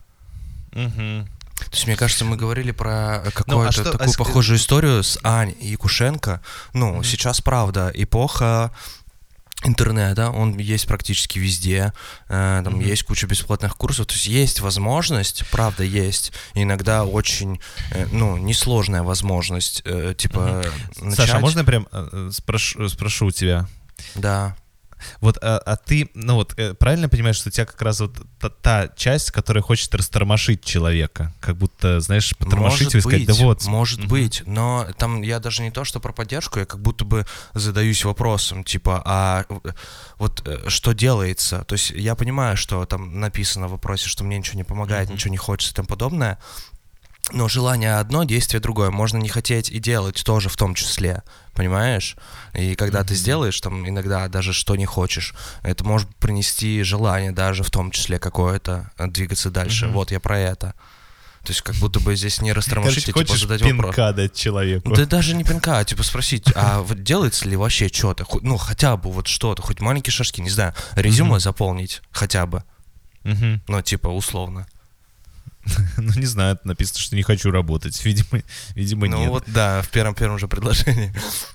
A: Угу.
B: То есть, мне кажется, мы говорили про какую-то такую похожую историю с Аней Якушенко. Ну, сейчас, правда, эпоха интернета, он есть практически везде, там есть куча бесплатных курсов, то есть возможность, правда есть, и иногда очень, ну, несложная возможность, типа, начать.
A: Саша, а можно я прям спрошу у тебя?
B: Да.
A: Вот, а ты, ну вот, правильно понимаешь, что у тебя как раз вот та часть, которая хочет растормошить человека, как будто, знаешь, потормошить и сказать, да вот.
B: Может быть, но там я даже не то, что про поддержку, я как будто бы задаюсь вопросом, типа, а вот что делается? То есть я понимаю, что там написано в вопросе, что мне ничего не помогает, ничего не хочется и тому подобное, но желание одно, действие другое. Можно не хотеть и делать тоже в том числе, понимаешь? И когда ты сделаешь, там, иногда даже что не хочешь, это может принести желание даже в том числе какое-то двигаться дальше. Вот я про это. То есть как будто бы здесь не растормошить, а типа задать вопрос.
A: Пинка дать человеку.
B: Да даже не пинка, а типа спросить, а вот делается ли вообще что-то? Ну, хотя бы вот что-то, хоть маленькие шажки, не знаю, резюме заполнить хотя бы. Ну, типа, условно.
A: Ну, не знаю, написано, что не хочу работать. Видимо, нет.
B: Ну, вот, да, в первом же предложении.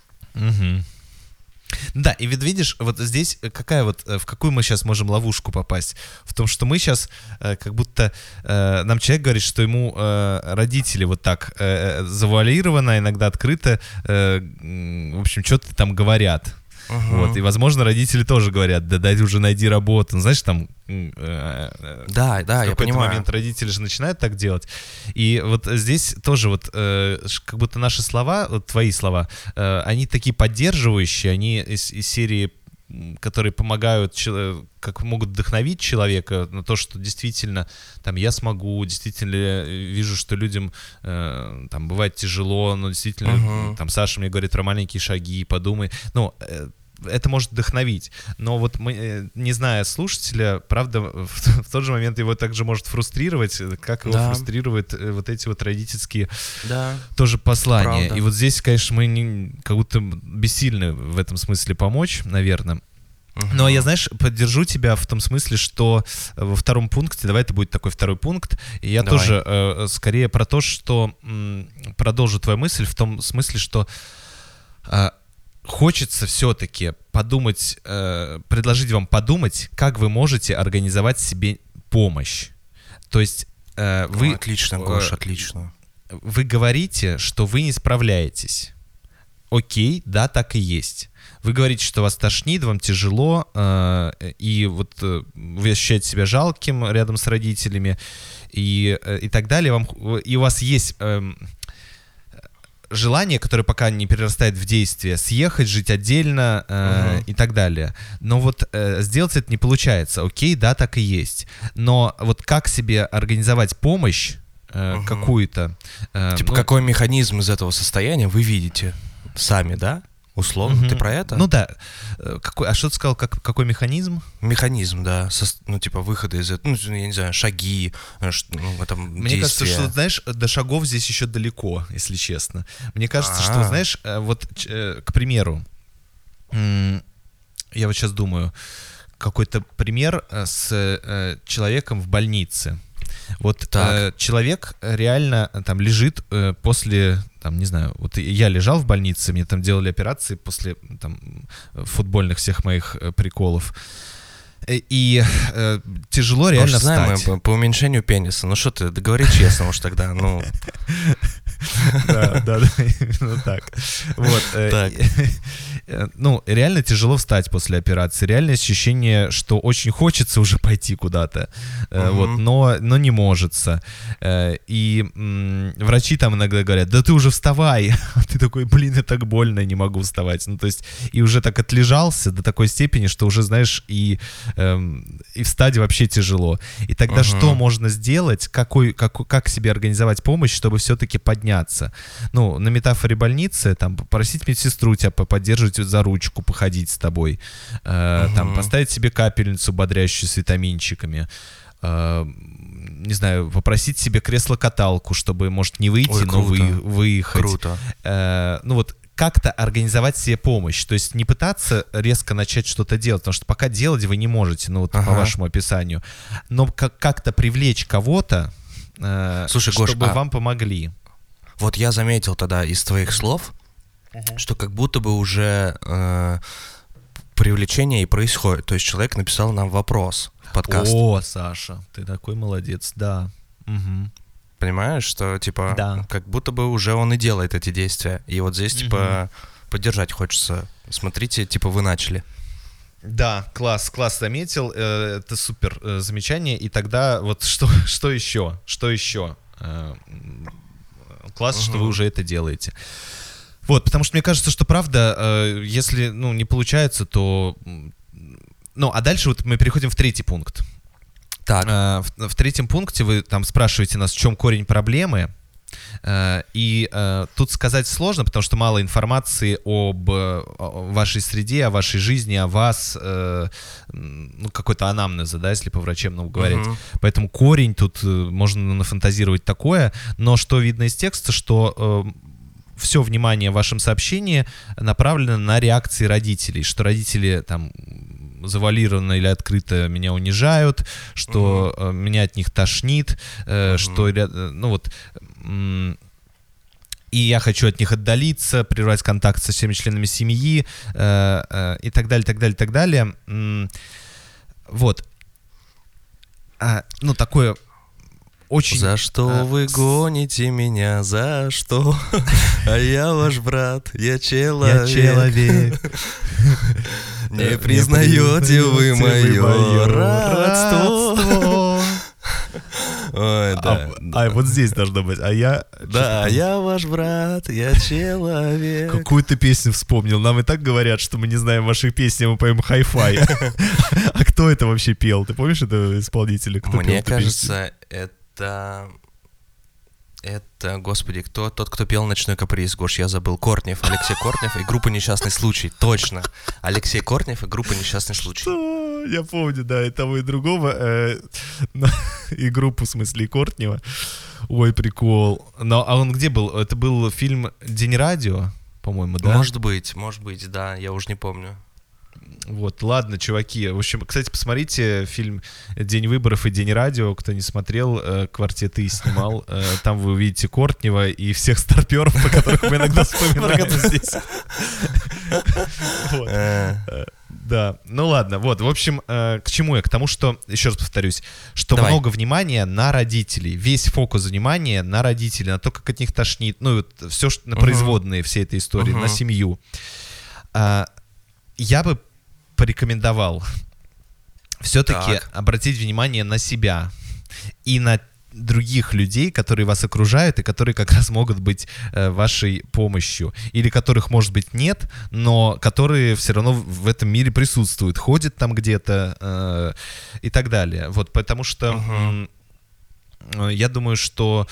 A: Да, и ведь видишь, вот здесь в какую мы сейчас можем ловушку попасть? В том, что мы сейчас как будто нам человек говорит, что ему родители вот так завуалированно, иногда открыто, в общем, что-то там говорят. Вот, и, возможно, родители тоже говорят, да дай уже найди работу. Ну, знаешь, там
B: да, я понимаю. В какой-то
A: момент родители же начинают так делать. И вот здесь тоже вот как будто наши слова, вот твои слова, они такие поддерживающие, они из серии, которые помогают, как могут вдохновить человека на то, что действительно там я смогу, действительно вижу, что людям там бывает тяжело, но действительно там Саша мне говорит про маленькие шаги, подумай, ну это может вдохновить, но вот мы, не зная слушателя, правда, в тот же момент его также может фрустрировать, как его фрустрируют вот эти вот родительские тоже послания. Правда. И вот здесь, конечно, мы как будто бессильны в этом смысле помочь, наверное. Но я, знаешь, поддержу тебя в том смысле, что во втором пункте, давай это будет такой второй пункт, и я
B: Давай.
A: тоже скорее про то, что продолжу твою мысль в том смысле, что хочется все-таки подумать, предложить вам подумать, как вы можете организовать себе помощь. То есть вы...
B: Отлично, Гош, отлично.
A: Вы говорите, что вы не справляетесь. Окей, да, так и есть. Вы говорите, что вас тошнит, вам тяжело, и вот вы ощущаете себя жалким рядом с родителями, и так далее. И у вас есть желание, которое пока не перерастает в действие, съехать, жить отдельно и так далее. Но вот сделать это не получается. Окей, да, так и есть. Но вот как себе организовать помощь какую-то...
B: Какой механизм из этого состояния вы видите сами, да? Условно, ты про это?
A: Ну да. А что ты сказал, какой механизм?
B: Механизм, да. Выхода из этого, я не знаю, шаги,
A: Мне кажется, что, знаешь, до шагов здесь еще далеко, если честно. Мне кажется, что, знаешь, вот, к примеру, я вот сейчас думаю, какой-то пример с человеком в больнице. Вот человек реально там лежит после, там, не знаю, вот я лежал в больнице, мне там делали операции после там футбольных всех моих приколов. И тяжело реально встать.
B: Знаем мы по уменьшению пениса. Ну что ты, да говори честно уж тогда, ну...
A: Да, именно так. Вот. Ну, реально тяжело встать после операции. Реальное ощущение, что очень хочется уже пойти куда-то, вот, но не можется. И врачи там иногда говорят: да ты уже вставай. А ты такой: блин, я так больно, не могу вставать. Ну, то есть, и уже так отлежался до такой степени, что уже, знаешь, и встать вообще тяжело. И тогда что можно сделать? Как себе организовать помощь, чтобы все-таки подняться? Ну, на метафоре больницы, там, попросить медсестру тебя поддерживать за ручку, походить с тобой, там, поставить себе капельницу, бодрящую с витаминчиками, не знаю, попросить себе кресло-каталку, чтобы, может, не выйти, но выехать.
B: Круто.
A: Ну вот, как-то организовать себе помощь. То есть не пытаться резко начать что-то делать, потому что пока делать вы не можете, ну вот по вашему описанию. Но как-то привлечь кого-то,
B: слушай, Гош,
A: чтобы вам помогли.
B: Вот я заметил тогда из твоих слов, что как будто бы уже привлечение и происходит. То есть человек написал нам вопрос в подкаст.
A: О, Саша, ты такой молодец, да. Угу.
B: Понимаешь, что, типа,
A: да.
B: Как будто бы уже он и делает эти действия. И вот здесь, типа, поддержать хочется. Смотрите, типа, вы начали.
A: Да, класс заметил. Это супер замечание. И тогда вот что еще? Класс, что вы уже это делаете. Вот, потому что мне кажется, что правда, если, не получается, то... Ну, а дальше вот мы переходим в третий пункт.
B: Так.
A: В третьем пункте вы там спрашиваете нас, в чем корень проблемы. И тут сказать сложно, потому что мало информации об вашей среде, о вашей жизни, о вас, какой-то анамнеза, да, если по-врачебному говорить. Поэтому корень тут можно нафантазировать такое, но что видно из текста, что все внимание в вашем сообщении направлено на реакции родителей, что родители там завуалированно или открыто меня унижают, что меня от них тошнит, что, и я хочу от них отдалиться, прервать контакт со всеми членами семьи, и так далее, так далее, так далее. Вот. Такое очень...
B: За что вы гоните меня, за что? А я ваш брат, я человек. Не признаете вы мое родство. Ой, да.
A: Вот здесь должно быть. А я...
B: Да, я ваш брат, я человек.
A: Какую-то песню вспомнил. Нам и так говорят, что мы не знаем ваших песен, мы поем хай-фай. А кто это вообще пел? Ты помнишь этого исполнителя?
B: Мне кажется, это, господи, тот, кто пел «Ночной каприз», Гош, я забыл, Кортнев, Алексей Кортнев и группа «Несчастный случай», точно, Алексей Кортнев и группа «Несчастный случай».
A: Я помню, да, и того, и другого, и группу, в смысле, и Кортнева. Ой, прикол. А он где был? Это был фильм «День радио», по-моему, да?
B: Может быть, да, я уже не помню.
A: Вот, ладно, чуваки. В общем, кстати, посмотрите фильм «День выборов» и «День радио». Кто не смотрел, «Квартет И» снимал. Там вы увидите Кортнева и всех старпёров, по которых мы иногда вспоминаем здесь. Да, ну ладно, вот, в общем, к чему я? К тому, что, еще раз повторюсь, что много внимания на родителей, весь фокус внимания на родителей, на то, как от них тошнит, ну, вот все на производные всей этой истории, на семью. Я бы порекомендовал все-таки обратить внимание на себя и на других людей, которые вас окружают и которые как раз могут быть вашей помощью. Или которых, может быть, нет, но которые все равно в этом мире присутствуют, ходят там где-то и так далее. Вот, потому что я думаю, что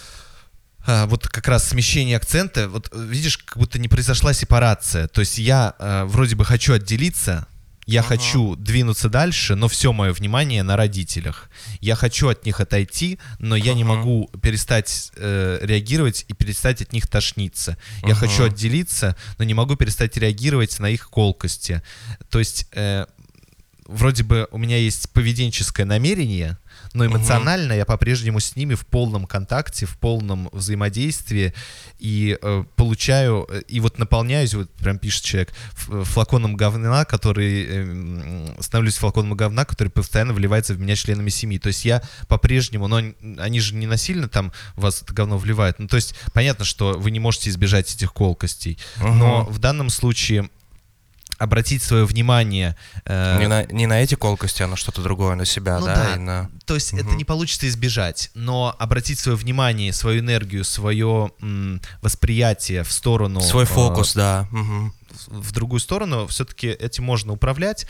A: вот как раз смещение акцента, вот видишь, как будто не произошла сепарация. То есть я вроде бы хочу отделиться, я хочу двинуться дальше, но все мое внимание на родителях. Я хочу от них отойти, но я не могу перестать реагировать и перестать от них тошниться. Я хочу отделиться, но не могу перестать реагировать на их колкости. То есть вроде бы у меня есть поведенческое намерение, но эмоционально я по-прежнему с ними в полном контакте, в полном взаимодействии и получаю, и вот наполняюсь, вот прям пишет человек, флаконом говна, становлюсь флаконом говна, который постоянно вливается в меня членами семьи. То есть я по-прежнему, но они же не насильно там в вас это говно вливают, ну то есть понятно, что вы не можете избежать этих колкостей, но в данном случае обратить свое внимание...
B: Не на эти колкости, а на что-то другое, на себя, да?
A: То есть это не получится избежать, но обратить свое внимание, свою энергию, свое восприятие в сторону...
B: Свой фокус, да.
A: В другую сторону, все-таки этим можно управлять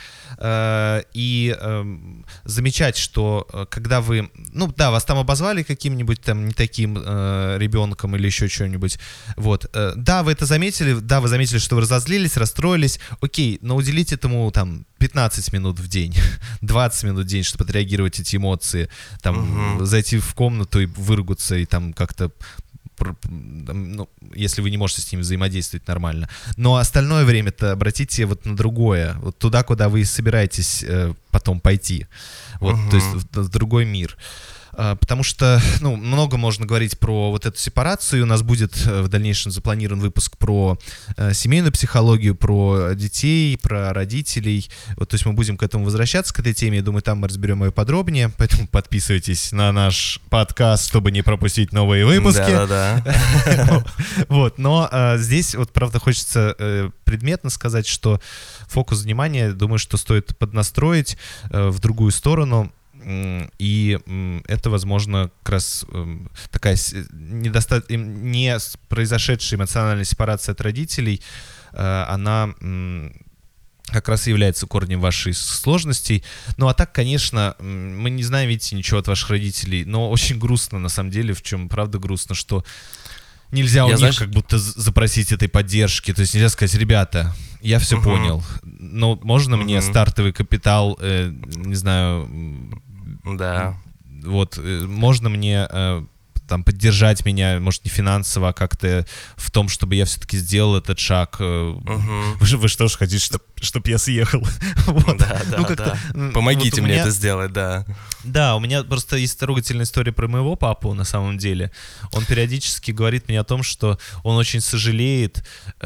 A: и замечать, что когда вы... Ну да, вас там обозвали каким-нибудь там не таким ребенком или еще что-нибудь. Вот. Да, вы это заметили, да, вы заметили, что вы разозлились, расстроились. Окей, но уделите этому там 15 минут в день, 20 минут в день, чтобы отреагировать эти эмоции, там, зайти в комнату и выругаться, и там как-то, ну, если вы не можете с ними взаимодействовать нормально. Но остальное время-то обратите вот на другое, вот туда, куда вы собираетесь потом пойти, вот, то есть в другой мир. Потому что, ну, много можно говорить про вот эту сепарацию. У нас будет в дальнейшем запланирован выпуск про семейную психологию, про детей, про родителей. Вот, то есть мы будем к этому возвращаться, к этой теме. Я думаю, там мы разберем ее подробнее. Поэтому подписывайтесь на наш подкаст, чтобы не пропустить новые выпуски.
B: Да-да-да.
A: Вот, но здесь вот, правда, хочется предметно сказать, что фокус внимания, думаю, что стоит поднастроить в другую сторону. И это, возможно, как раз такая не произошедшая эмоциональная сепарация от родителей, она как раз и является корнем вашей сложностей. Ну а так, конечно, мы не знаем, видите, ничего от ваших родителей, но очень грустно, на самом деле, в чем правда грустно, что нельзя у них как будто запросить этой поддержки, то есть нельзя сказать: ребята, я все понял, но можно мне стартовый капитал, не знаю...
B: Да.
A: Вот, можно мне там поддержать меня, может, не финансово, а как-то в том, чтобы я все-таки сделал этот шаг. Вы что ж хотите, чтобы я съехал? Вот.
B: Да, да, ну, да. Помогите вот мне это сделать, да.
A: Да, у меня просто есть трогательная история про моего папу, на самом деле. Он периодически говорит мне о том, что он очень сожалеет,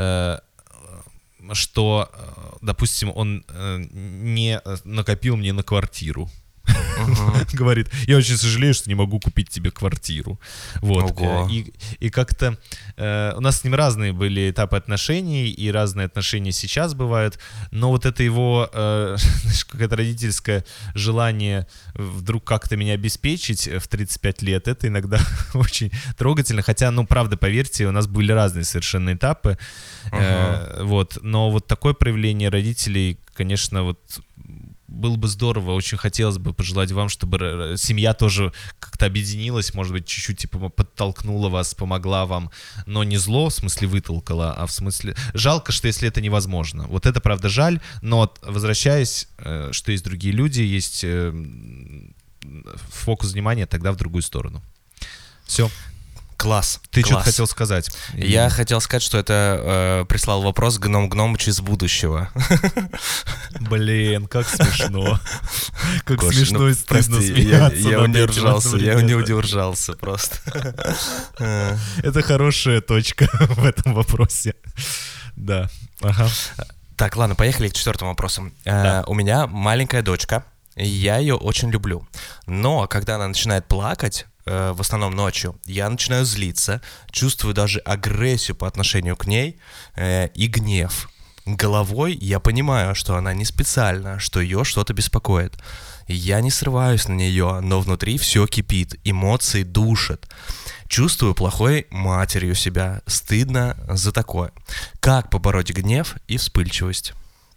A: что, допустим, он не накопил мне на квартиру. Говорит: я очень сожалею, что не могу купить тебе квартиру. Вот. И как-то у нас с ним разные были этапы отношений, и разные отношения сейчас бывают, но вот это его знаешь, какое-то родительское желание вдруг как-то меня обеспечить в 35 лет, это иногда очень трогательно, хотя, ну, правда, поверьте, у нас были разные совершенно этапы, вот, но вот такое проявление родителей, конечно, вот было бы здорово, очень хотелось бы пожелать вам, чтобы семья тоже как-то объединилась, может быть, чуть-чуть типа подтолкнула вас, помогла вам, но не зло, в смысле вытолкала, а в смысле... Жалко, что если это невозможно. Вот это, правда, жаль, но возвращаясь, что есть другие люди, есть фокус внимания тогда в другую сторону. Все.
B: Класс.
A: Ты
B: класс.
A: что-то хотел сказать?
B: Я хотел сказать, что это прислал вопрос Гном Гномыч из будущего.
A: Блин, как смешно. Как
B: Гош,
A: смешно и стыдно
B: прости,
A: смеяться.
B: я
A: над этим
B: я не
A: одновременно.
B: удержался просто.
A: Это хорошая точка в этом вопросе. Да, ага.
B: Так, ладно, поехали к 4 вопросу. У меня маленькая дочка, и я ее очень люблю. Но когда она начинает плакать, в основном ночью, я начинаю злиться, чувствую даже агрессию по отношению к ней и гнев. Головой я понимаю, что она не специально, что ее что-то беспокоит. Я не срываюсь на нее, но внутри все кипит, эмоции душат. Чувствую плохой матерью себя, стыдно за такое. Как побороть гнев и вспыльчивость?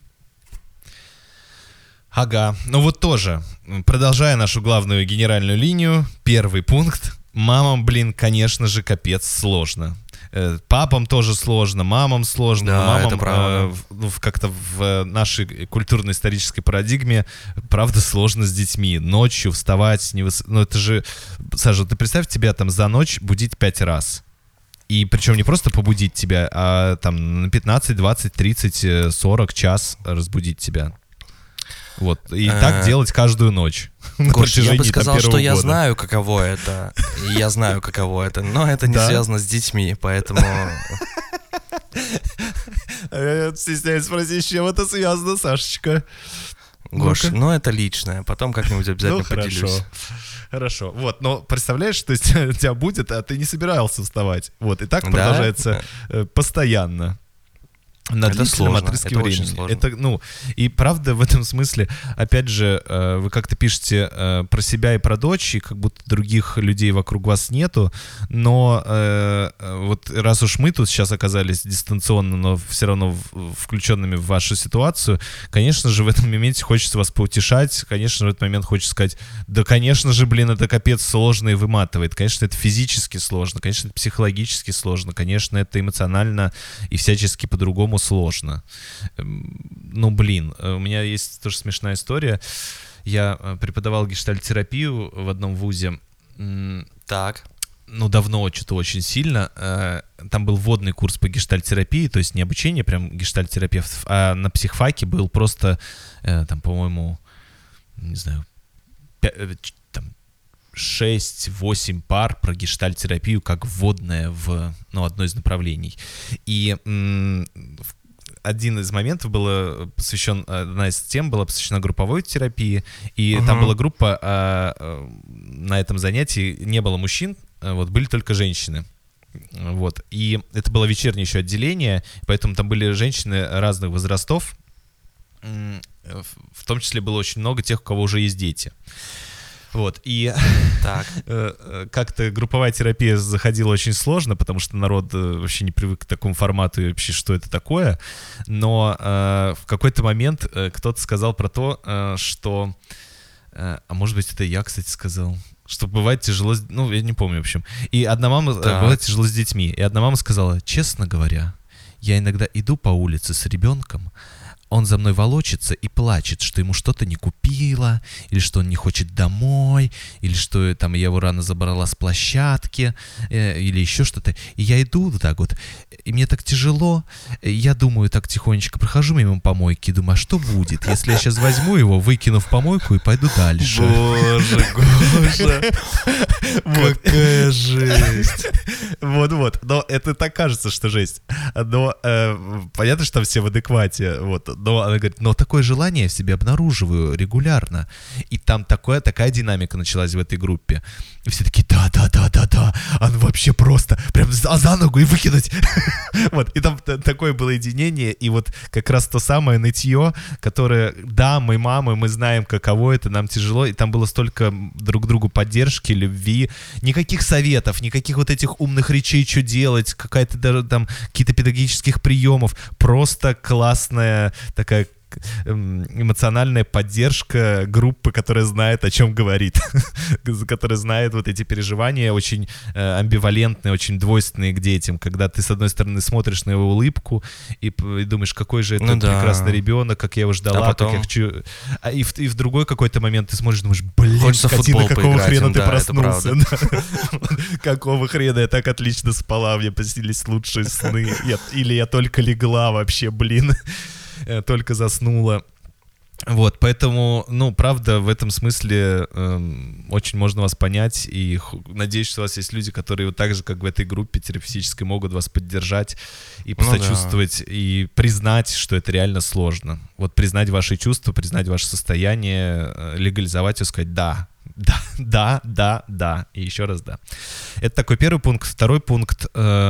A: Ага, ну вот тоже, продолжая нашу главную генеральную линию, первый пункт. Мамам, блин, конечно же, капец сложно. Папам тоже сложно, мамам сложно.
B: Да,
A: мамам,
B: это правда.
A: Как-то в нашей культурно-исторической парадигме, правда, сложно с детьми. Ночью вставать, ну это же... Саша, ты представь, тебя там за ночь будить 5 раз. И причем не просто побудить тебя, а там на 15, 20, 30, 40 час разбудить тебя. Вот, и так делать каждую ночь.
B: Гош, я бы сказал, что я
A: года.
B: знаю, каково это. И я знаю, каково это. Но это не
A: Да?
B: связано с детьми, поэтому...
A: Я стесняюсь спросить, с чем это связано, Сашечка?
B: Гош,
A: Ну-ка.
B: ну это личное. Потом как-нибудь обязательно поделюсь.
A: Хорошо. Вот, но представляешь, то есть у тебя будет, а ты не собирался вставать. Вот, и так
B: Да?
A: продолжается постоянно. На
B: Это
A: длительном
B: сложно,
A: отрезке
B: это очень
A: времени.
B: сложно.
A: Это, ну, и правда в этом смысле, опять же, вы как-то пишете про себя и про дочь, и как будто других людей вокруг вас нету, но вот раз уж мы тут сейчас оказались дистанционно, но все равно включенными в вашу ситуацию, конечно же, в этом моменте хочется вас поутешать, конечно, в этот момент хочется сказать, да, конечно же, блин, это капец сложно и выматывает, конечно, это физически сложно, конечно, это психологически сложно, конечно, это эмоционально и всячески по-другому сложно. Ну, блин, у меня есть тоже смешная история. Я преподавал гештальт-терапию в одном вузе.
B: Так.
A: Ну, давно, что-то очень сильно. Там был вводный курс по гештальт-терапии, то есть не обучение прям гештальт-терапевтов, а на психфаке был просто, там, по-моему, не знаю, 6-8 пар про гештальт-терапию как вводная в одно из направлений. И один из моментов был посвящен, одна из тем была посвящена групповой терапии, и там была группа, на этом занятии не было мужчин, вот, были только женщины. Вот. И это было вечернее еще отделение, поэтому там были женщины разных возрастов, в том числе было очень много тех, у кого уже есть дети. Вот, и
B: Так.
A: как-то групповая терапия заходила очень сложно, потому что народ вообще не привык к такому формату и вообще, что это такое. Но в какой-то момент кто-то сказал про то, что... А может быть, это я, кстати, сказал. Что бывает тяжело... Ну, я не помню, в общем. И одна мама... Бывает тяжело с детьми. И одна мама сказала, честно говоря, я иногда иду по улице с ребенком, он за мной волочится и плачет, что ему что-то не купила, или что он не хочет домой, или что там я его рано забрала с площадки, или еще что-то. И я иду вот так вот, и мне так тяжело, я думаю, так тихонечко прохожу мимо помойки, думаю, а что будет, если я сейчас возьму его, выкину в помойку и пойду дальше?
B: Боже, Гоша, какая жесть.
A: Вот-вот, но это так кажется, что жесть. Но понятно, что там все в адеквате, вот. Но она говорит, но такое желание я в себе обнаруживаю регулярно. И там такая динамика началась в этой группе. И все такие, да, а ну вообще просто, прям за ногу и выкинуть. Вот, и там такое было единение, и вот как раз то самое нытье, которое, да, мы мамы, мы знаем, каково это, нам тяжело, и там было столько друг другу поддержки, любви, никаких советов, никаких вот этих умных речей, что делать, какая-то даже там какие-то педагогических приемов, просто классная такая эмоциональная поддержка группы, которая знает, о чем говорит, которая знает вот эти переживания, очень амбивалентные, очень двойственные к детям, когда ты, с одной стороны, смотришь на его улыбку и думаешь, какой же это прекрасный ребенок, как я его ждала,
B: потом...
A: как я хочу... И в другой какой-то момент ты смотришь, думаешь, блин,
B: хочется
A: скотина, какого хрена ты проснулся? Какого хрена я так отлично спала, мне поснились лучшие сны, или я только легла вообще, блин, только заснула. Вот, поэтому, ну, правда, в этом смысле очень можно вас понять, и надеюсь, что у вас есть люди, которые вот так же, как в этой группе терапевтической, могут вас поддержать и посочувствовать, и признать, что это реально сложно. Вот признать ваши чувства, признать ваше состояние, легализовать и сказать «да». Да, и еще раз да. Это такой первый пункт. Второй пункт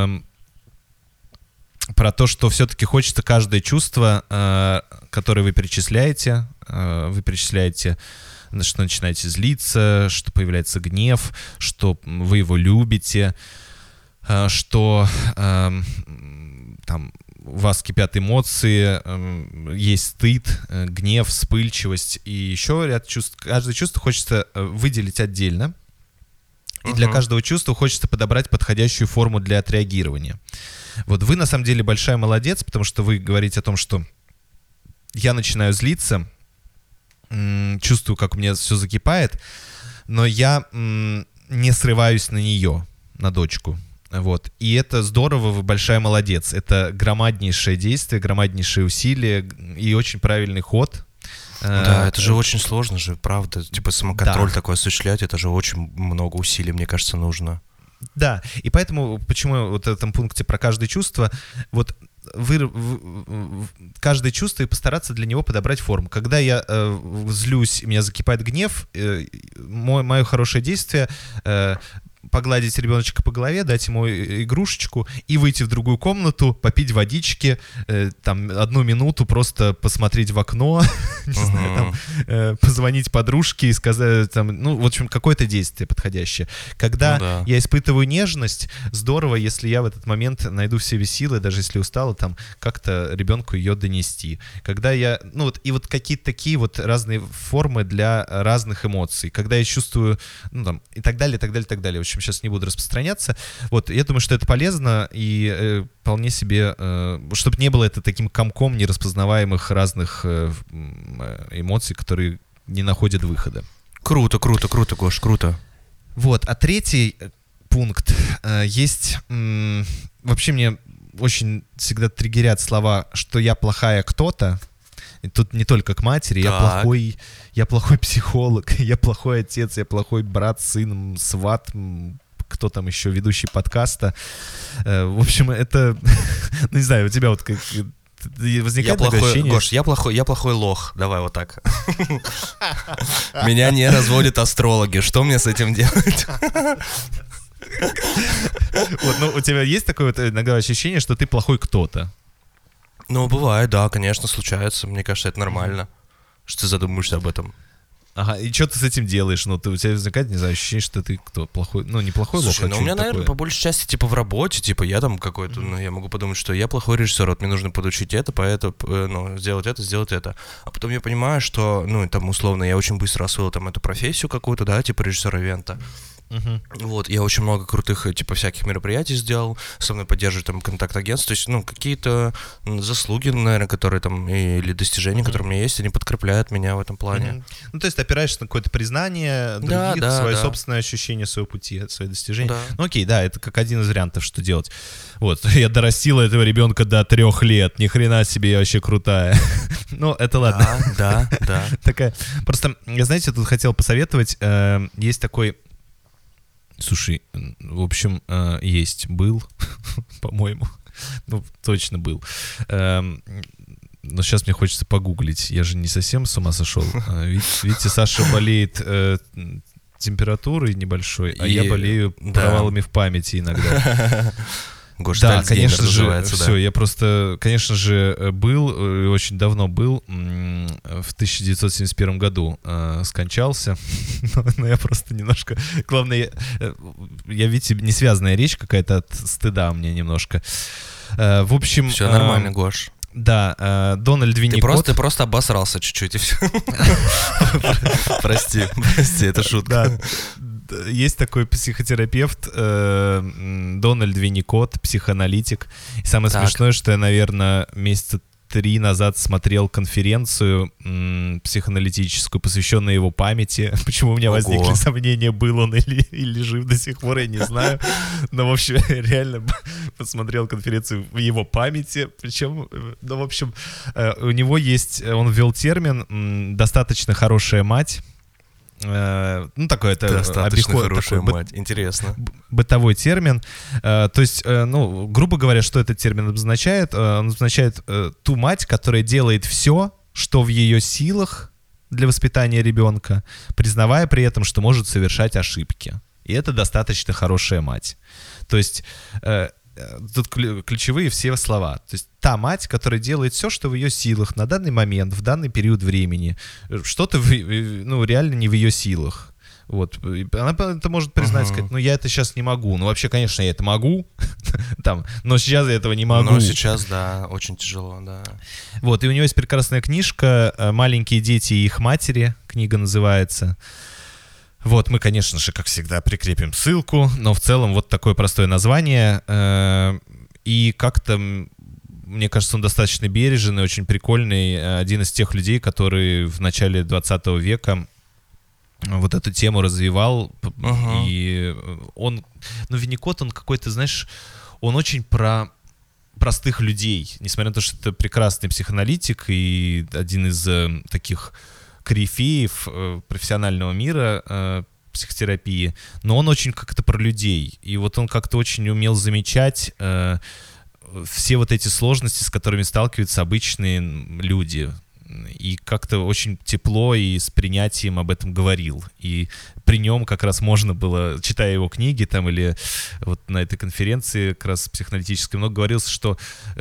A: про то, что все-таки хочется каждое чувство, которое вы перечисляете, что начинаете злиться, что появляется гнев, что вы его любите, что там у вас кипят эмоции, есть стыд, гнев, вспыльчивость и еще ряд чувств. Каждое чувство хочется выделить отдельно. И для каждого чувства хочется подобрать подходящую форму для отреагирования. Вот вы, на самом деле, большая молодец, потому что вы говорите о том, что я начинаю злиться, чувствую, как у меня все закипает, но я не срываюсь на нее, на дочку. Вот. И это здорово, вы большая молодец. Это громаднейшее действие, громаднейшее усилие и очень правильный ход.
B: Да, это же очень сложно же, правда. Типа самоконтроль такой осуществлять, это же очень много усилий, мне кажется, нужно.
A: Да, и поэтому, почему вот в этом пункте про каждое чувство, вот каждое чувство и постараться для него подобрать форму. Когда я злюсь, у меня закипает гнев, мое хорошее действие погладить ребеночка по голове, дать ему игрушечку и выйти в другую комнату, попить водички, там 1 минуту просто посмотреть в окно, не знаю, там, позвонить подружке и сказать, там, ну, в общем, какое-то действие подходящее. Когда я испытываю нежность, здорово, если я в этот момент найду в себе силы, даже если устала, там, как-то ребенку ее донести. Когда я, ну, вот, и вот какие-то такие вот разные формы для разных эмоций. Когда я чувствую, ну, там, и так далее, и так далее, и так далее. В общем, сейчас не буду распространяться. Вот, я думаю, что это полезно и вполне себе, чтобы не было это таким комком нераспознаваемых разных эмоций, которые не находят выхода.
B: Круто, Гош, круто.
A: Вот, а третий пункт есть... Вообще мне очень всегда триггерят слова, что я плохая кто-то. И тут не только к матери, я плохой психолог, я плохой отец, я плохой брат, сын, сват, кто там еще, ведущий подкаста. В общем, это, ну не знаю, у тебя вот как возникает такое ощущение...
B: Гош, я плохой лох, давай вот так. Меня не разводят астрологи, что мне с этим делать?
A: Вот, ну у тебя есть такое вот иногда ощущение, что ты плохой кто-то?
B: Ну, бывает, да, конечно, случается. Мне кажется, это нормально, что ты задумаешься об этом.
A: Ага, и что ты с этим делаешь? Ну, у тебя возникает, не знаю, ощущение, что ты кто? Плохой, ну, не плохой лох,
B: ну, у меня, наверное, по большей части, типа, в работе, типа, я там какой-то, ну, я могу подумать, что я плохой режиссер, вот мне нужно подучить это, поэтому, ну, сделать это. А потом я понимаю, что, ну, там, условно, я очень быстро освоил там эту профессию какую-то, да, типа, режиссер ивента. Вот, я очень много крутых, типа, всяких мероприятий сделал, со мной поддерживают там контакт-агентство, то есть, ну, какие-то заслуги, наверное, которые там, или достижения, которые у меня есть, они подкрепляют меня в этом плане.
A: Ну, то есть, опираешься на какое-то признание других, свое собственное ощущение своего пути, свои достижения. Да. Ну, окей, да, это как один из вариантов, что делать. Вот, я дорастила этого ребенка до 3 лет, ни хрена себе, я вообще крутая. Ну, это ладно.
B: Да.
A: Такая, просто, я, знаете, тут хотел посоветовать, есть такой... Слушай, в общем, был, по-моему, ну, точно был. Но сейчас мне хочется погуглить, я же не совсем с ума сошел. Видите, Саша болеет температурой небольшой, а я болею провалами в памяти иногда.
B: Гош,
A: да, конечно же,
B: называется,
A: все, я просто, конечно же, был, очень давно был, в 1971 году скончался, но я просто немножко, главное, я видите, несвязанная речь какая-то от стыда мне немножко. В общем...
B: Все нормально, Гош.
A: Да, Дональд Винникот.
B: Ты просто обосрался чуть-чуть и все. Прости, это шутка.
A: Да, есть такой психотерапевт Дональд Винникот, психоаналитик. И самое смешное, что я, наверное, месяца 3 назад смотрел конференцию психоаналитическую, посвященную его памяти. Почему у меня возникли сомнения, был он или жив до сих пор, я не знаю. Но, в общем, реально посмотрел конференцию в его памяти. Причем, ну, в общем, у него есть, он ввел термин «достаточно хорошая мать». Ну, такой это
B: достаточно хорошая мать. Интересно.
A: Бытовой термин. То есть, ну, грубо говоря, что этот термин обозначает? Он обозначает ту мать, которая делает все, что в ее силах для воспитания ребенка, признавая при этом, что может совершать ошибки. И это достаточно хорошая мать. То есть тут ключевые все слова. То есть та мать, которая делает все, что в ее силах на данный момент, в данный период времени, что-то, ну, реально не в ее силах. Вот. Она это может признать, сказать, ну, я это сейчас не могу. Ну, вообще, конечно, я это могу, там, но сейчас я этого не могу.
B: Но сейчас, да, очень тяжело, да.
A: Вот, и у него есть прекрасная книжка «Маленькие дети и их матери», книга называется. Вот, мы, конечно же, как всегда, прикрепим ссылку, но в целом вот такое простое название. И как-то, мне кажется, он достаточно бережный, очень прикольный. Один из тех людей, который в начале 20 века вот эту тему развивал. И он, ну, Винникот, он какой-то, знаешь, он очень про простых людей. Несмотря на то, что это прекрасный психоаналитик и один из таких корифеев профессионального мира психотерапии, но он очень как-то про людей. И вот он как-то очень умел замечать все вот эти сложности, с которыми сталкиваются обычные люди. И как-то очень тепло и с принятием об этом говорил. И при нем как раз можно было, читая его книги там или вот на этой конференции как раз психоаналитической, много говорилось, что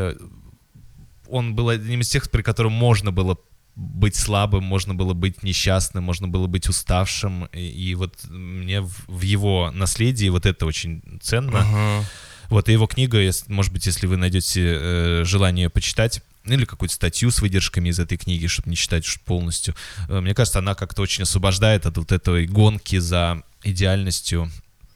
A: он был одним из тех, при котором можно было быть слабым, можно было быть несчастным, можно было быть уставшим. И вот мне в его наследии вот это очень ценно. Вот, и его книга, может быть, если вы найдете желание почитать, или какую-то статью с выдержками из этой книги, чтобы не читать полностью, мне кажется, она как-то очень освобождает от вот этой гонки за идеальностью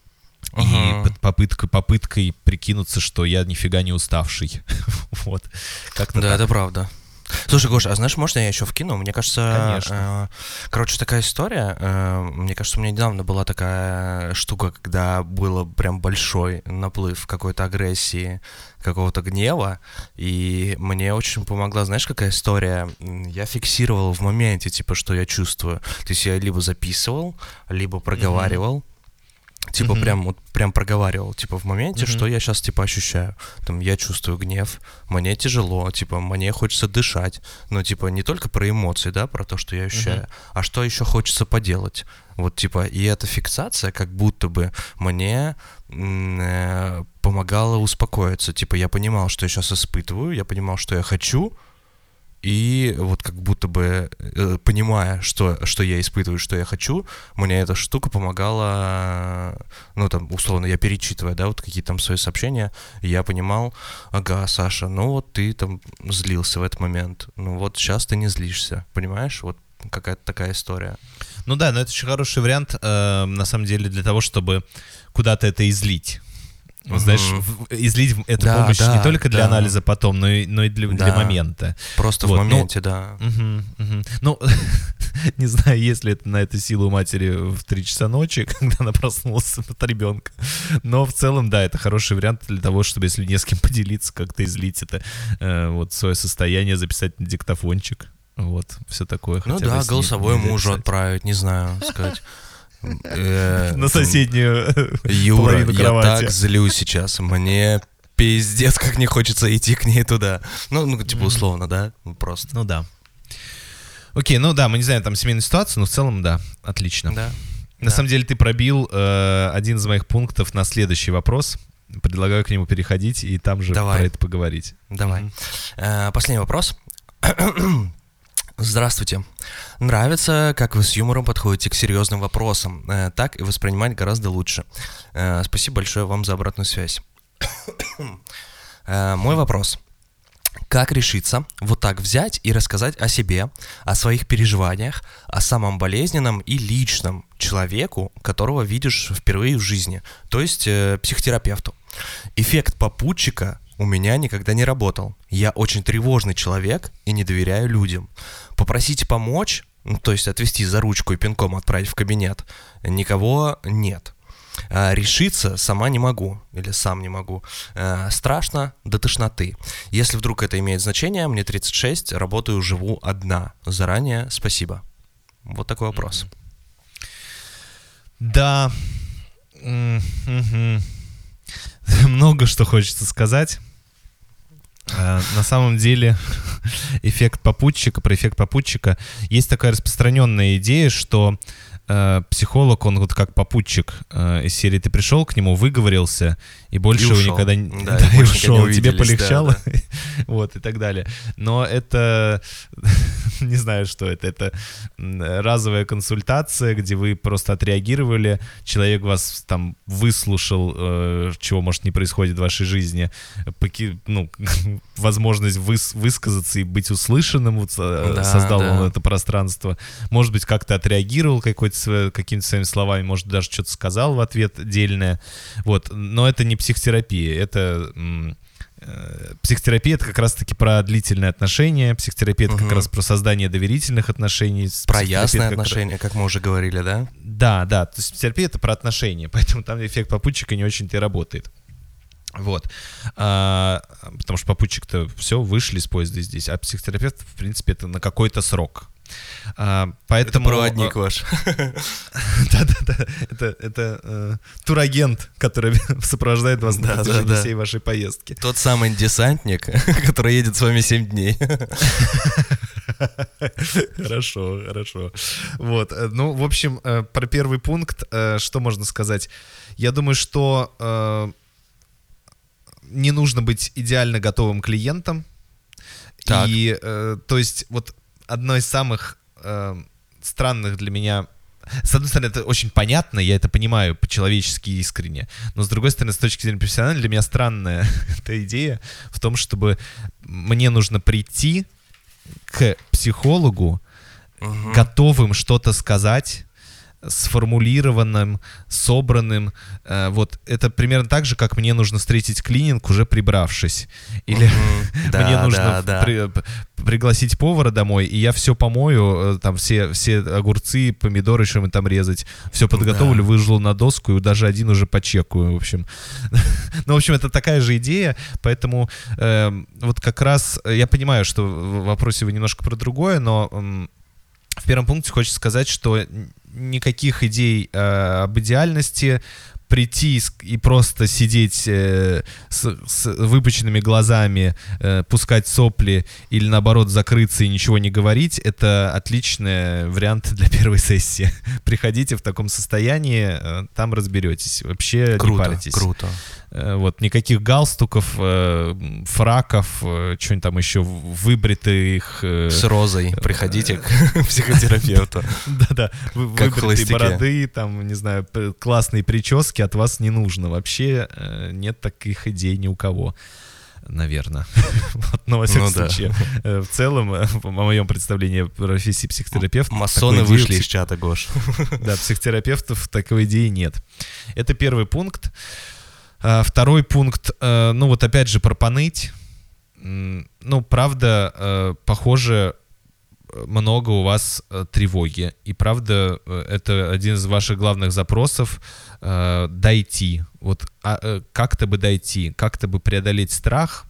A: и попыткой прикинуться, что я нифига не уставший. Вот. Как-то
B: да,
A: так.
B: Это правда. Слушай, Гоша, а знаешь, можно я еще вкину? Мне кажется,
A: конечно.
B: Короче, такая история. Мне кажется, у меня недавно была такая штука, когда был прям большой наплыв какой-то агрессии, какого-то гнева, и мне очень помогла, знаешь, какая история? Я фиксировал в моменте, типа, что я чувствую. То есть я либо записывал, либо проговаривал. Типа прям проговаривал, типа в моменте, что я сейчас типа ощущаю. Там я чувствую гнев, мне тяжело, типа мне хочется дышать. Но типа не только про эмоции, да, про то, что я ощущаю, а что еще хочется поделать. Вот типа, и эта фиксация как будто бы мне помогала успокоиться. Типа я понимал, что я сейчас испытываю, я понимал, что я хочу. И вот как будто бы, понимая, что я испытываю, что я хочу, мне эта штука помогала, ну там, условно, я перечитывая, да, вот какие-то там свои сообщения, я понимал, ага, Саша, ну вот ты там злился в этот момент, ну вот сейчас ты не злишься, понимаешь, вот какая-то такая история.
A: Ну да, но это очень хороший вариант, на самом деле, для того, чтобы куда-то это излить. Знаешь, излить эту помощь не только для анализа потом, но и для момента.
B: Просто вот, в моменте, да.
A: Ну, не знаю, есть ли это на это сила у матери в 3 часа ночи, когда она проснулась от ребенка. Но в целом, да, это хороший вариант для того, чтобы, если не с кем поделиться, как-то излить это, вот свое состояние, записать на диктофончик. Вот, все такое.
B: Ну да, голосовой мужу отправить, не знаю, сказать.
A: На соседнюю
B: Юра,
A: половину
B: я
A: кровати.
B: так злюсь сейчас, мне пиздец как не хочется идти к ней туда. Ну типа условно, да, просто.
A: Ну да. Окей, ну да, мы не знаем там семейную ситуацию, но в целом да, отлично.
B: Да.
A: На самом деле ты пробил один из моих пунктов на следующий вопрос. Предлагаю к нему переходить и там же про это поговорить.
B: Давай. Последний вопрос. Здравствуйте. Нравится, как вы с юмором подходите к серьезным вопросам. Так и воспринимать гораздо лучше. Спасибо большое вам за обратную связь. Мой вопрос. Как решиться вот так взять и рассказать о себе, о своих переживаниях, о самом болезненном и личном человеку, которого видишь впервые в жизни, то есть психотерапевту. Эффект попутчика у меня никогда не работал. Я очень тревожный человек и не доверяю людям. Попросить помочь, то есть отвести за ручку и пинком отправить в кабинет, никого нет. Решиться сама не могу, или сам не могу. Страшно до тошноты. Если вдруг это имеет значение, мне 36, работаю, живу одна. Заранее спасибо. Вот такой вопрос.
A: Да. Много что хочется сказать. На самом деле, про эффект попутчика, есть такая распространенная идея, что психолог, он вот как попутчик из серии «Ты пришел к нему, выговорился, и больше его никогда не ушел, тебе полегчало», да. Вот, и так далее. Но это, не знаю, что это разовая консультация, где вы просто отреагировали, человек вас там выслушал, чего, может, не происходит в вашей жизни, возможность высказаться и быть услышанным, вот, создал он это пространство, может быть, как-то отреагировал какими-то своими словами, может, даже что-то сказал в ответ дельное, вот, но это не психотерапия, это психотерапия — это как раз-таки про длительные отношения, психотерапия — это как раз про создание доверительных отношений.
B: Про ясные отношения, как мы уже говорили, да?
A: Да, то есть психотерапия — это про отношения, поэтому там эффект попутчика не очень-то и работает. Вот. Потому что попутчик-то все, вышли из поезда здесь, а психотерапевт, в принципе, это на какой-то срок. Поэтому...
B: Это проводник ваш.
A: Да-да-да, это турагент, который сопровождает вас на протяжении всей вашей поездки.
B: Тот самый десантник, который едет с вами 7 дней.
A: Хорошо. Вот, ну, в общем, про первый пункт, что можно сказать? Я думаю, что не нужно быть идеально готовым клиентом. И, то есть, вот одно из самых странных для меня... С одной стороны, это очень понятно, я это понимаю по-человечески и искренне, но с другой стороны, с точки зрения профессиональной, для меня странная эта идея в том, чтобы мне нужно прийти к психологу, готовым что-то сказать, сформулированным, собранным. Вот это примерно так же, как мне нужно встретить клининг, уже прибравшись. Или мне нужно пригласить повара домой, и я все помою, там все огурцы, помидоры, что мы там резать, все подготовлю, выжгу на доску, и даже один уже почекаю, в общем. Ну, в общем, это такая же идея, поэтому вот как раз я понимаю, что в вопросе вы немножко про другое, но в первом пункте хочется сказать, что никаких идей об идеальности, прийти и просто сидеть с выпученными глазами, пускать сопли или, наоборот, закрыться и ничего не говорить, это отличный вариант для первой сессии. Приходите в таком состоянии, там разберетесь. Вообще не парьтесь.
B: Круто.
A: Вот, никаких галстуков, фраков, что-нибудь там еще выбритых...
B: С розой приходите к психотерапевту.
A: Да-да, выбритые бороды, там, не знаю, классные прически от вас не нужно. Вообще нет таких идей ни у кого, наверное. Но, во всяком случае, в целом, по моем представлении профессии психотерапевта...
B: Масоны вышли из чата, Гош.
A: Да, психотерапевтов такой идеи нет. Это первый пункт. Второй пункт, ну вот опять же про поныть. Ну, правда, похоже, много у вас тревоги. И правда, это один из ваших главных запросов — дойти. Вот как-то бы дойти, как-то бы преодолеть страх.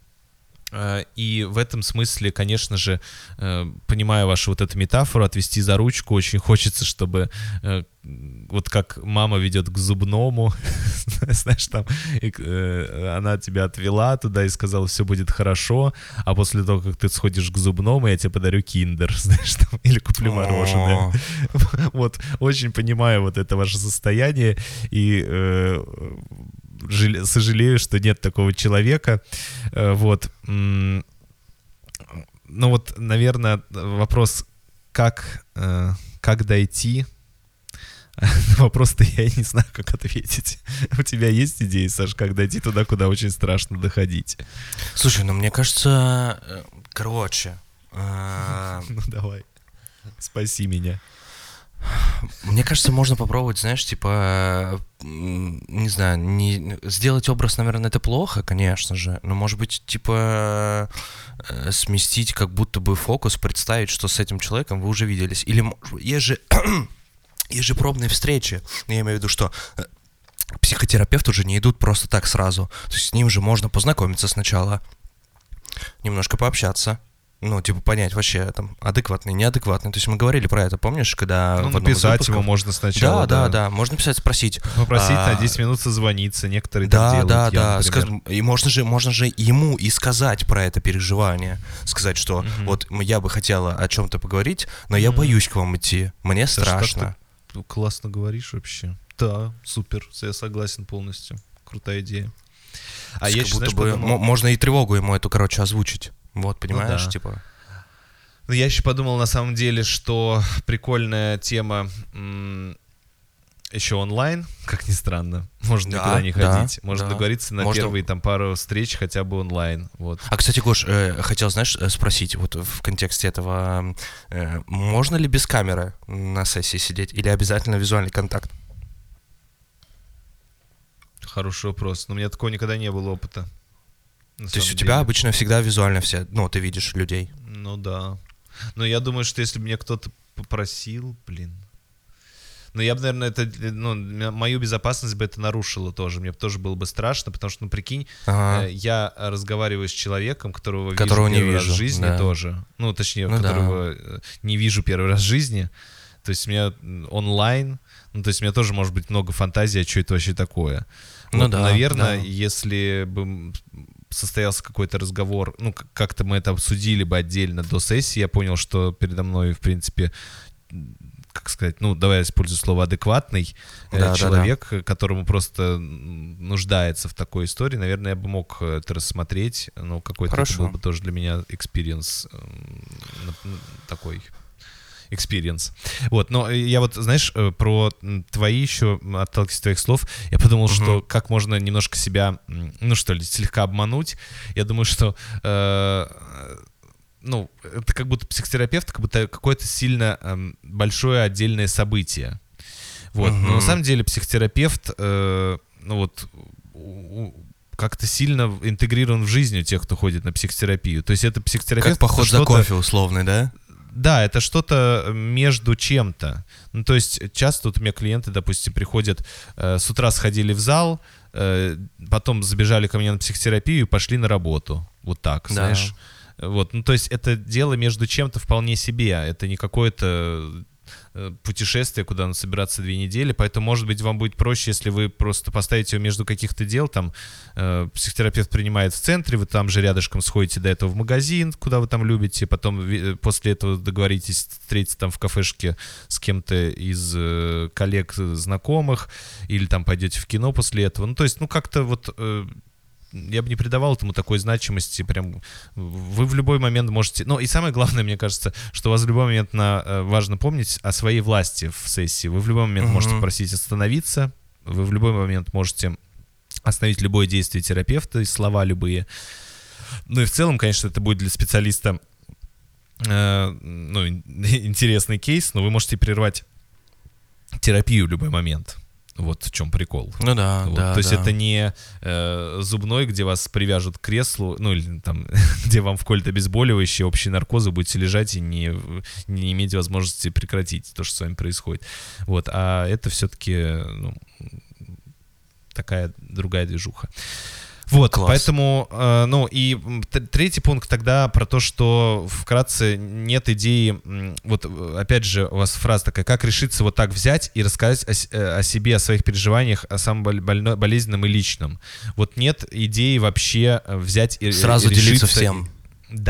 A: И в этом смысле, конечно же, понимаю вашу вот эту метафору, отвести за ручку, очень хочется, чтобы вот как мама ведет к зубному, знаешь, там она тебя отвела туда и сказала, все будет хорошо, а после того, как ты сходишь к зубному, я тебе подарю киндер, знаешь, там, или куплю мороженое. Вот, очень понимаю вот это ваше состояние и сожалею, что нет такого человека. Вот. Ну вот, наверное, вопрос, как дойти. На вопрос-то я и не знаю, как ответить. У тебя есть идеи, Саш, как дойти туда, куда очень страшно доходить?
B: Слушай, ну мне кажется, короче...
A: Ну давай, спаси меня.
B: Мне кажется, можно попробовать, знаешь, типа, не знаю, сделать образ, наверное, это плохо, конечно же, но, может быть, типа, сместить как будто бы фокус, представить, что с этим человеком вы уже виделись. Или есть же пробные встречи, я имею в виду, что психотерапевты уже не идут просто так сразу, то есть с ним же можно познакомиться сначала, немножко пообщаться. Ну, типа, понять вообще, там, адекватный, неадекватный. То есть мы говорили про это, помнишь, когда...
A: Ну, написать его можно сначала.
B: Да. Можно писать, спросить.
A: Попросить на 10 минут созвониться. Некоторые так делают.
B: Да. И можно же ему и сказать про это переживание. Сказать, что вот я бы хотела о чем-то поговорить, но я боюсь к вам идти. Мне страшно.
A: Ты классно говоришь вообще. Да, супер. Я согласен полностью. Крутая идея.
B: А я будто бы можно и тревогу ему эту, короче, озвучить. Вот, понимаешь,
A: ну, да.
B: типа...
A: Ну, я еще подумал, на самом деле, что прикольная тема еще онлайн, как ни странно. Можно никуда не ходить. Можно договориться на первые там пару встреч хотя бы онлайн. Вот.
B: А, кстати, Гош, хотел, знаешь, спросить, вот в контексте этого, можно ли без камеры на сессии сидеть или обязательно визуальный контакт?
A: Хороший вопрос. Но у меня такого никогда не было опыта.
B: То есть у тебя обычно всегда визуально все, ну, ты видишь людей.
A: Ну да. Но я думаю, что если бы меня кто-то попросил, ну я бы, наверное, мою безопасность бы это нарушило тоже. Мне бы тоже было бы страшно, потому что, ну прикинь, я разговариваю с человеком, которого вижу первый раз в жизни тоже. Ну, точнее, которого не вижу первый раз в жизни. То есть у меня онлайн, ну, то есть у меня тоже может быть много фантазий, а что это вообще такое. Вот, наверное, если бы состоялся какой-то разговор, ну, как-то мы это обсудили бы отдельно до сессии, я понял, что передо мной, в принципе, как сказать, ну, давай я использую слово адекватный человек, которому просто нуждается в такой истории, наверное, я бы мог это рассмотреть, но какой-то это был бы тоже для меня экспириенс такой. Experience. Вот, но я вот, знаешь, про твои еще, отталкиваясь от твоих слов, я подумал, что как можно немножко себя, ну что ли, слегка обмануть. Я думаю, что, ну, это как будто психотерапевт, как будто какое-то сильно большое отдельное событие. Вот, но на самом деле психотерапевт, ну вот, как-то сильно интегрирован в жизнь у тех, кто ходит на психотерапию. То есть это психотерапевт...
B: Как поход за кофе условный, да?
A: Да, это что-то между чем-то. Ну, то есть часто вот у меня клиенты, допустим, приходят, с утра сходили в зал, потом забежали ко мне на психотерапию и пошли на работу. Вот так, знаешь. Вот, ну, то есть это дело между чем-то вполне себе. Это не какое-то путешествие, куда надо собираться 2 недели, поэтому, может быть, вам будет проще, если вы просто поставите его между каких-то дел, там, психотерапевт принимает в центре, вы там же рядышком сходите до этого в магазин, куда вы там любите, потом после этого договоритесь встретиться там в кафешке с кем-то из коллег, знакомых, или там пойдете в кино после этого. Ну, то есть, ну, как-то вот... Я бы не придавал этому такой значимости, прям вы в любой момент можете... Ну и самое главное, мне кажется, что у вас в любой момент важно помнить о своей власти в сессии. Вы в любой момент можете попросить остановиться, вы в любой момент можете остановить любое действие терапевта, слова любые. Ну и в целом, конечно, это будет для специалиста ну, интересный кейс, но вы можете прервать терапию в любой момент. Вот в чем прикол.
B: Ну да,
A: вот.
B: да.
A: То есть это не зубной, где вас привяжут к креслу, ну или там, где вам вколют обезболивающие, общие наркозы, будете лежать и не иметь возможности прекратить то, что с вами происходит. Вот, а это все-таки ну, такая другая движуха. Вот, класс. Поэтому, ну и третий пункт тогда про то, что вкратце нет идеи, вот опять же у вас фраза такая, как решиться вот так взять и рассказать о себе, о своих переживаниях, о самом болезненном и личном. Вот нет идеи вообще взять и
B: сразу
A: решиться,
B: делиться всем.
A: Да.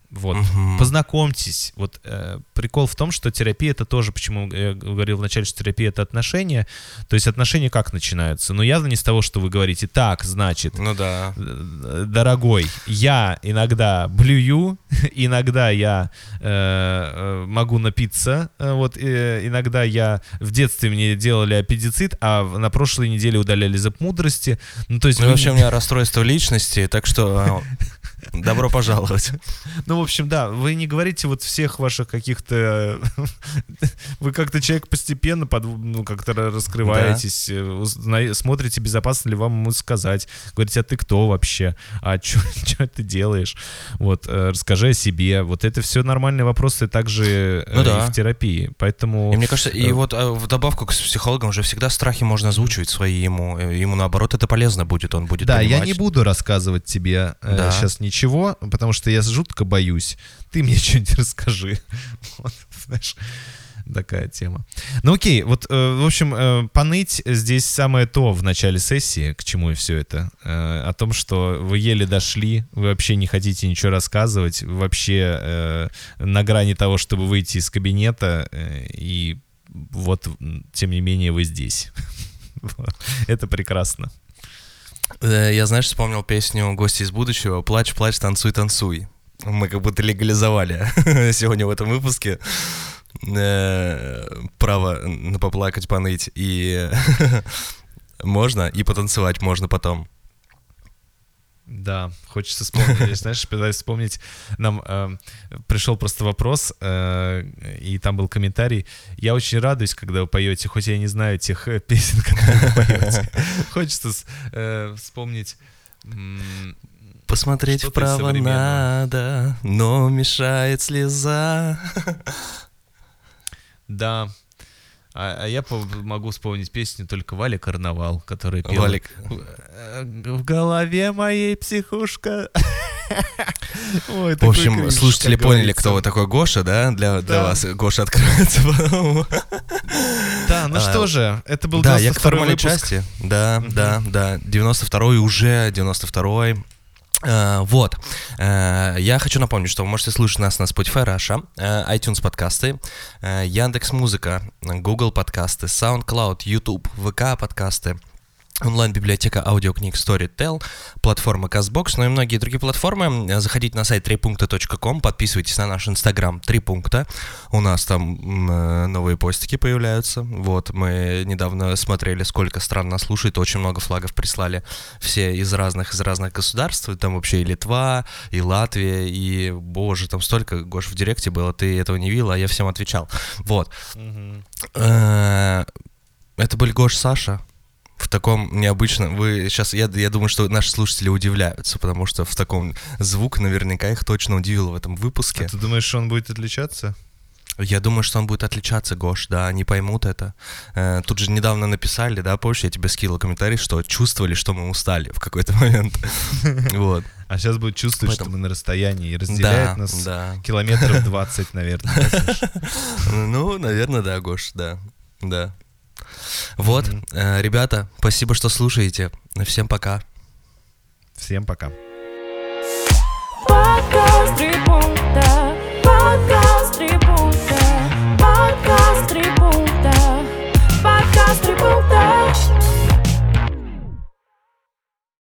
A: Вот, познакомьтесь. Вот прикол в том, что терапия — это тоже, почему я говорил вначале, что терапия — это отношения. То есть отношения как начинаются? Ну, явно не с того, что вы говорите: так, значит,
B: Ну да.
A: дорогой, я иногда блюю, иногда я могу напиться, вот, иногда в детстве мне делали аппендицит, а на прошлой неделе удаляли зуб мудрости. Ну, то есть...
B: Ну, вообще у меня расстройство личности, так что добро пожаловать.
A: Ну, в общем, да, вы не говорите вот всех ваших каких-то... Вы как-то человек постепенно как-то раскрываетесь, смотрите, безопасно ли вам ему сказать. Говорите: а ты кто вообще? А что ты делаешь? Вот, расскажи о себе. Вот это все нормальные вопросы также и в терапии. Поэтому...
B: И мне кажется, и вот в добавку к психологам уже всегда страхи можно озвучивать свои ему. Ему, наоборот, это полезно будет, он будет понимать.
A: Я не буду рассказывать тебе сейчас ничего, потому что я жутко боюсь. Ты мне что-нибудь расскажи. Вот, знаешь, такая тема. Ну окей, вот, в общем, поныть здесь самое то в начале сессии, к чему и все это. О том, что вы еле дошли, вы вообще не хотите ничего рассказывать, вы вообще на грани того, чтобы выйти из кабинета, и вот, тем не менее, вы здесь. Это прекрасно.
B: Я, знаешь, вспомнил песню «Гости из будущего». «Плачь, плачь, танцуй, танцуй». Мы как будто легализовали сегодня в этом выпуске право поплакать, поныть. И можно, и потанцевать можно потом.
A: Да, хочется вспомнить. Знаешь, пытаюсь вспомнить. Нам пришел просто вопрос, и там был комментарий. Я очень радуюсь, когда вы поете, хоть я не знаю тех песен, которые вы поете. Хочется вспомнить...
B: Посмотреть вправо надо, но мешает слеза.
A: Да. А я могу вспомнить песню только Вали «Карнавал», которая пела.
B: Валик.
A: В голове моей психушка. Ой,
B: в общем,
A: кринж,
B: слушатели поняли, кто вот такой Гоша, да? Для вас Гоша откроется потом.
A: Да, ну что же, это был 92-й
B: Да, я к формальной
A: выпуск.
B: части. Да. 92-й уже, 92-й. Вот. Я хочу напомнить, что вы можете слушать нас на Spotify Russia, iTunes подкасты, Яндекс.Музыка, Google подкасты, SoundCloud, YouTube, ВК подкасты, онлайн-библиотека аудиокниг Storytel, платформа CastBox, ну и многие другие платформы. Заходите на сайт 3punkta.com, подписывайтесь на наш Instagram 3 пункта. У нас там новые постики появляются. Вот, мы недавно смотрели, сколько стран нас слушает, очень много флагов прислали. Все из разных государств. Там вообще и Литва, и Латвия, и, боже, там столько, Гош, в директе было, ты этого не видел, а я всем отвечал. Вот. Это были Гош, Саша. В таком необычном... Вы сейчас... Я думаю, что наши слушатели удивляются, потому что в таком звук наверняка их точно удивил в этом выпуске.
A: А ты думаешь, что он будет отличаться?
B: Я думаю, что он будет отличаться, Гош, да, они поймут это. Тут же недавно написали, да, помнишь, я тебе скинул комментарий, что чувствовали, что мы устали в какой-то момент. Вот.
A: А сейчас будут чувствовать, что мы на расстоянии, и разделяет нас километров 20, наверное.
B: Ну, наверное, да, Гош, да. Вот, ребята, спасибо, что слушаете. Всем пока.
A: Всем пока.
C: Подкаст 3 пункта.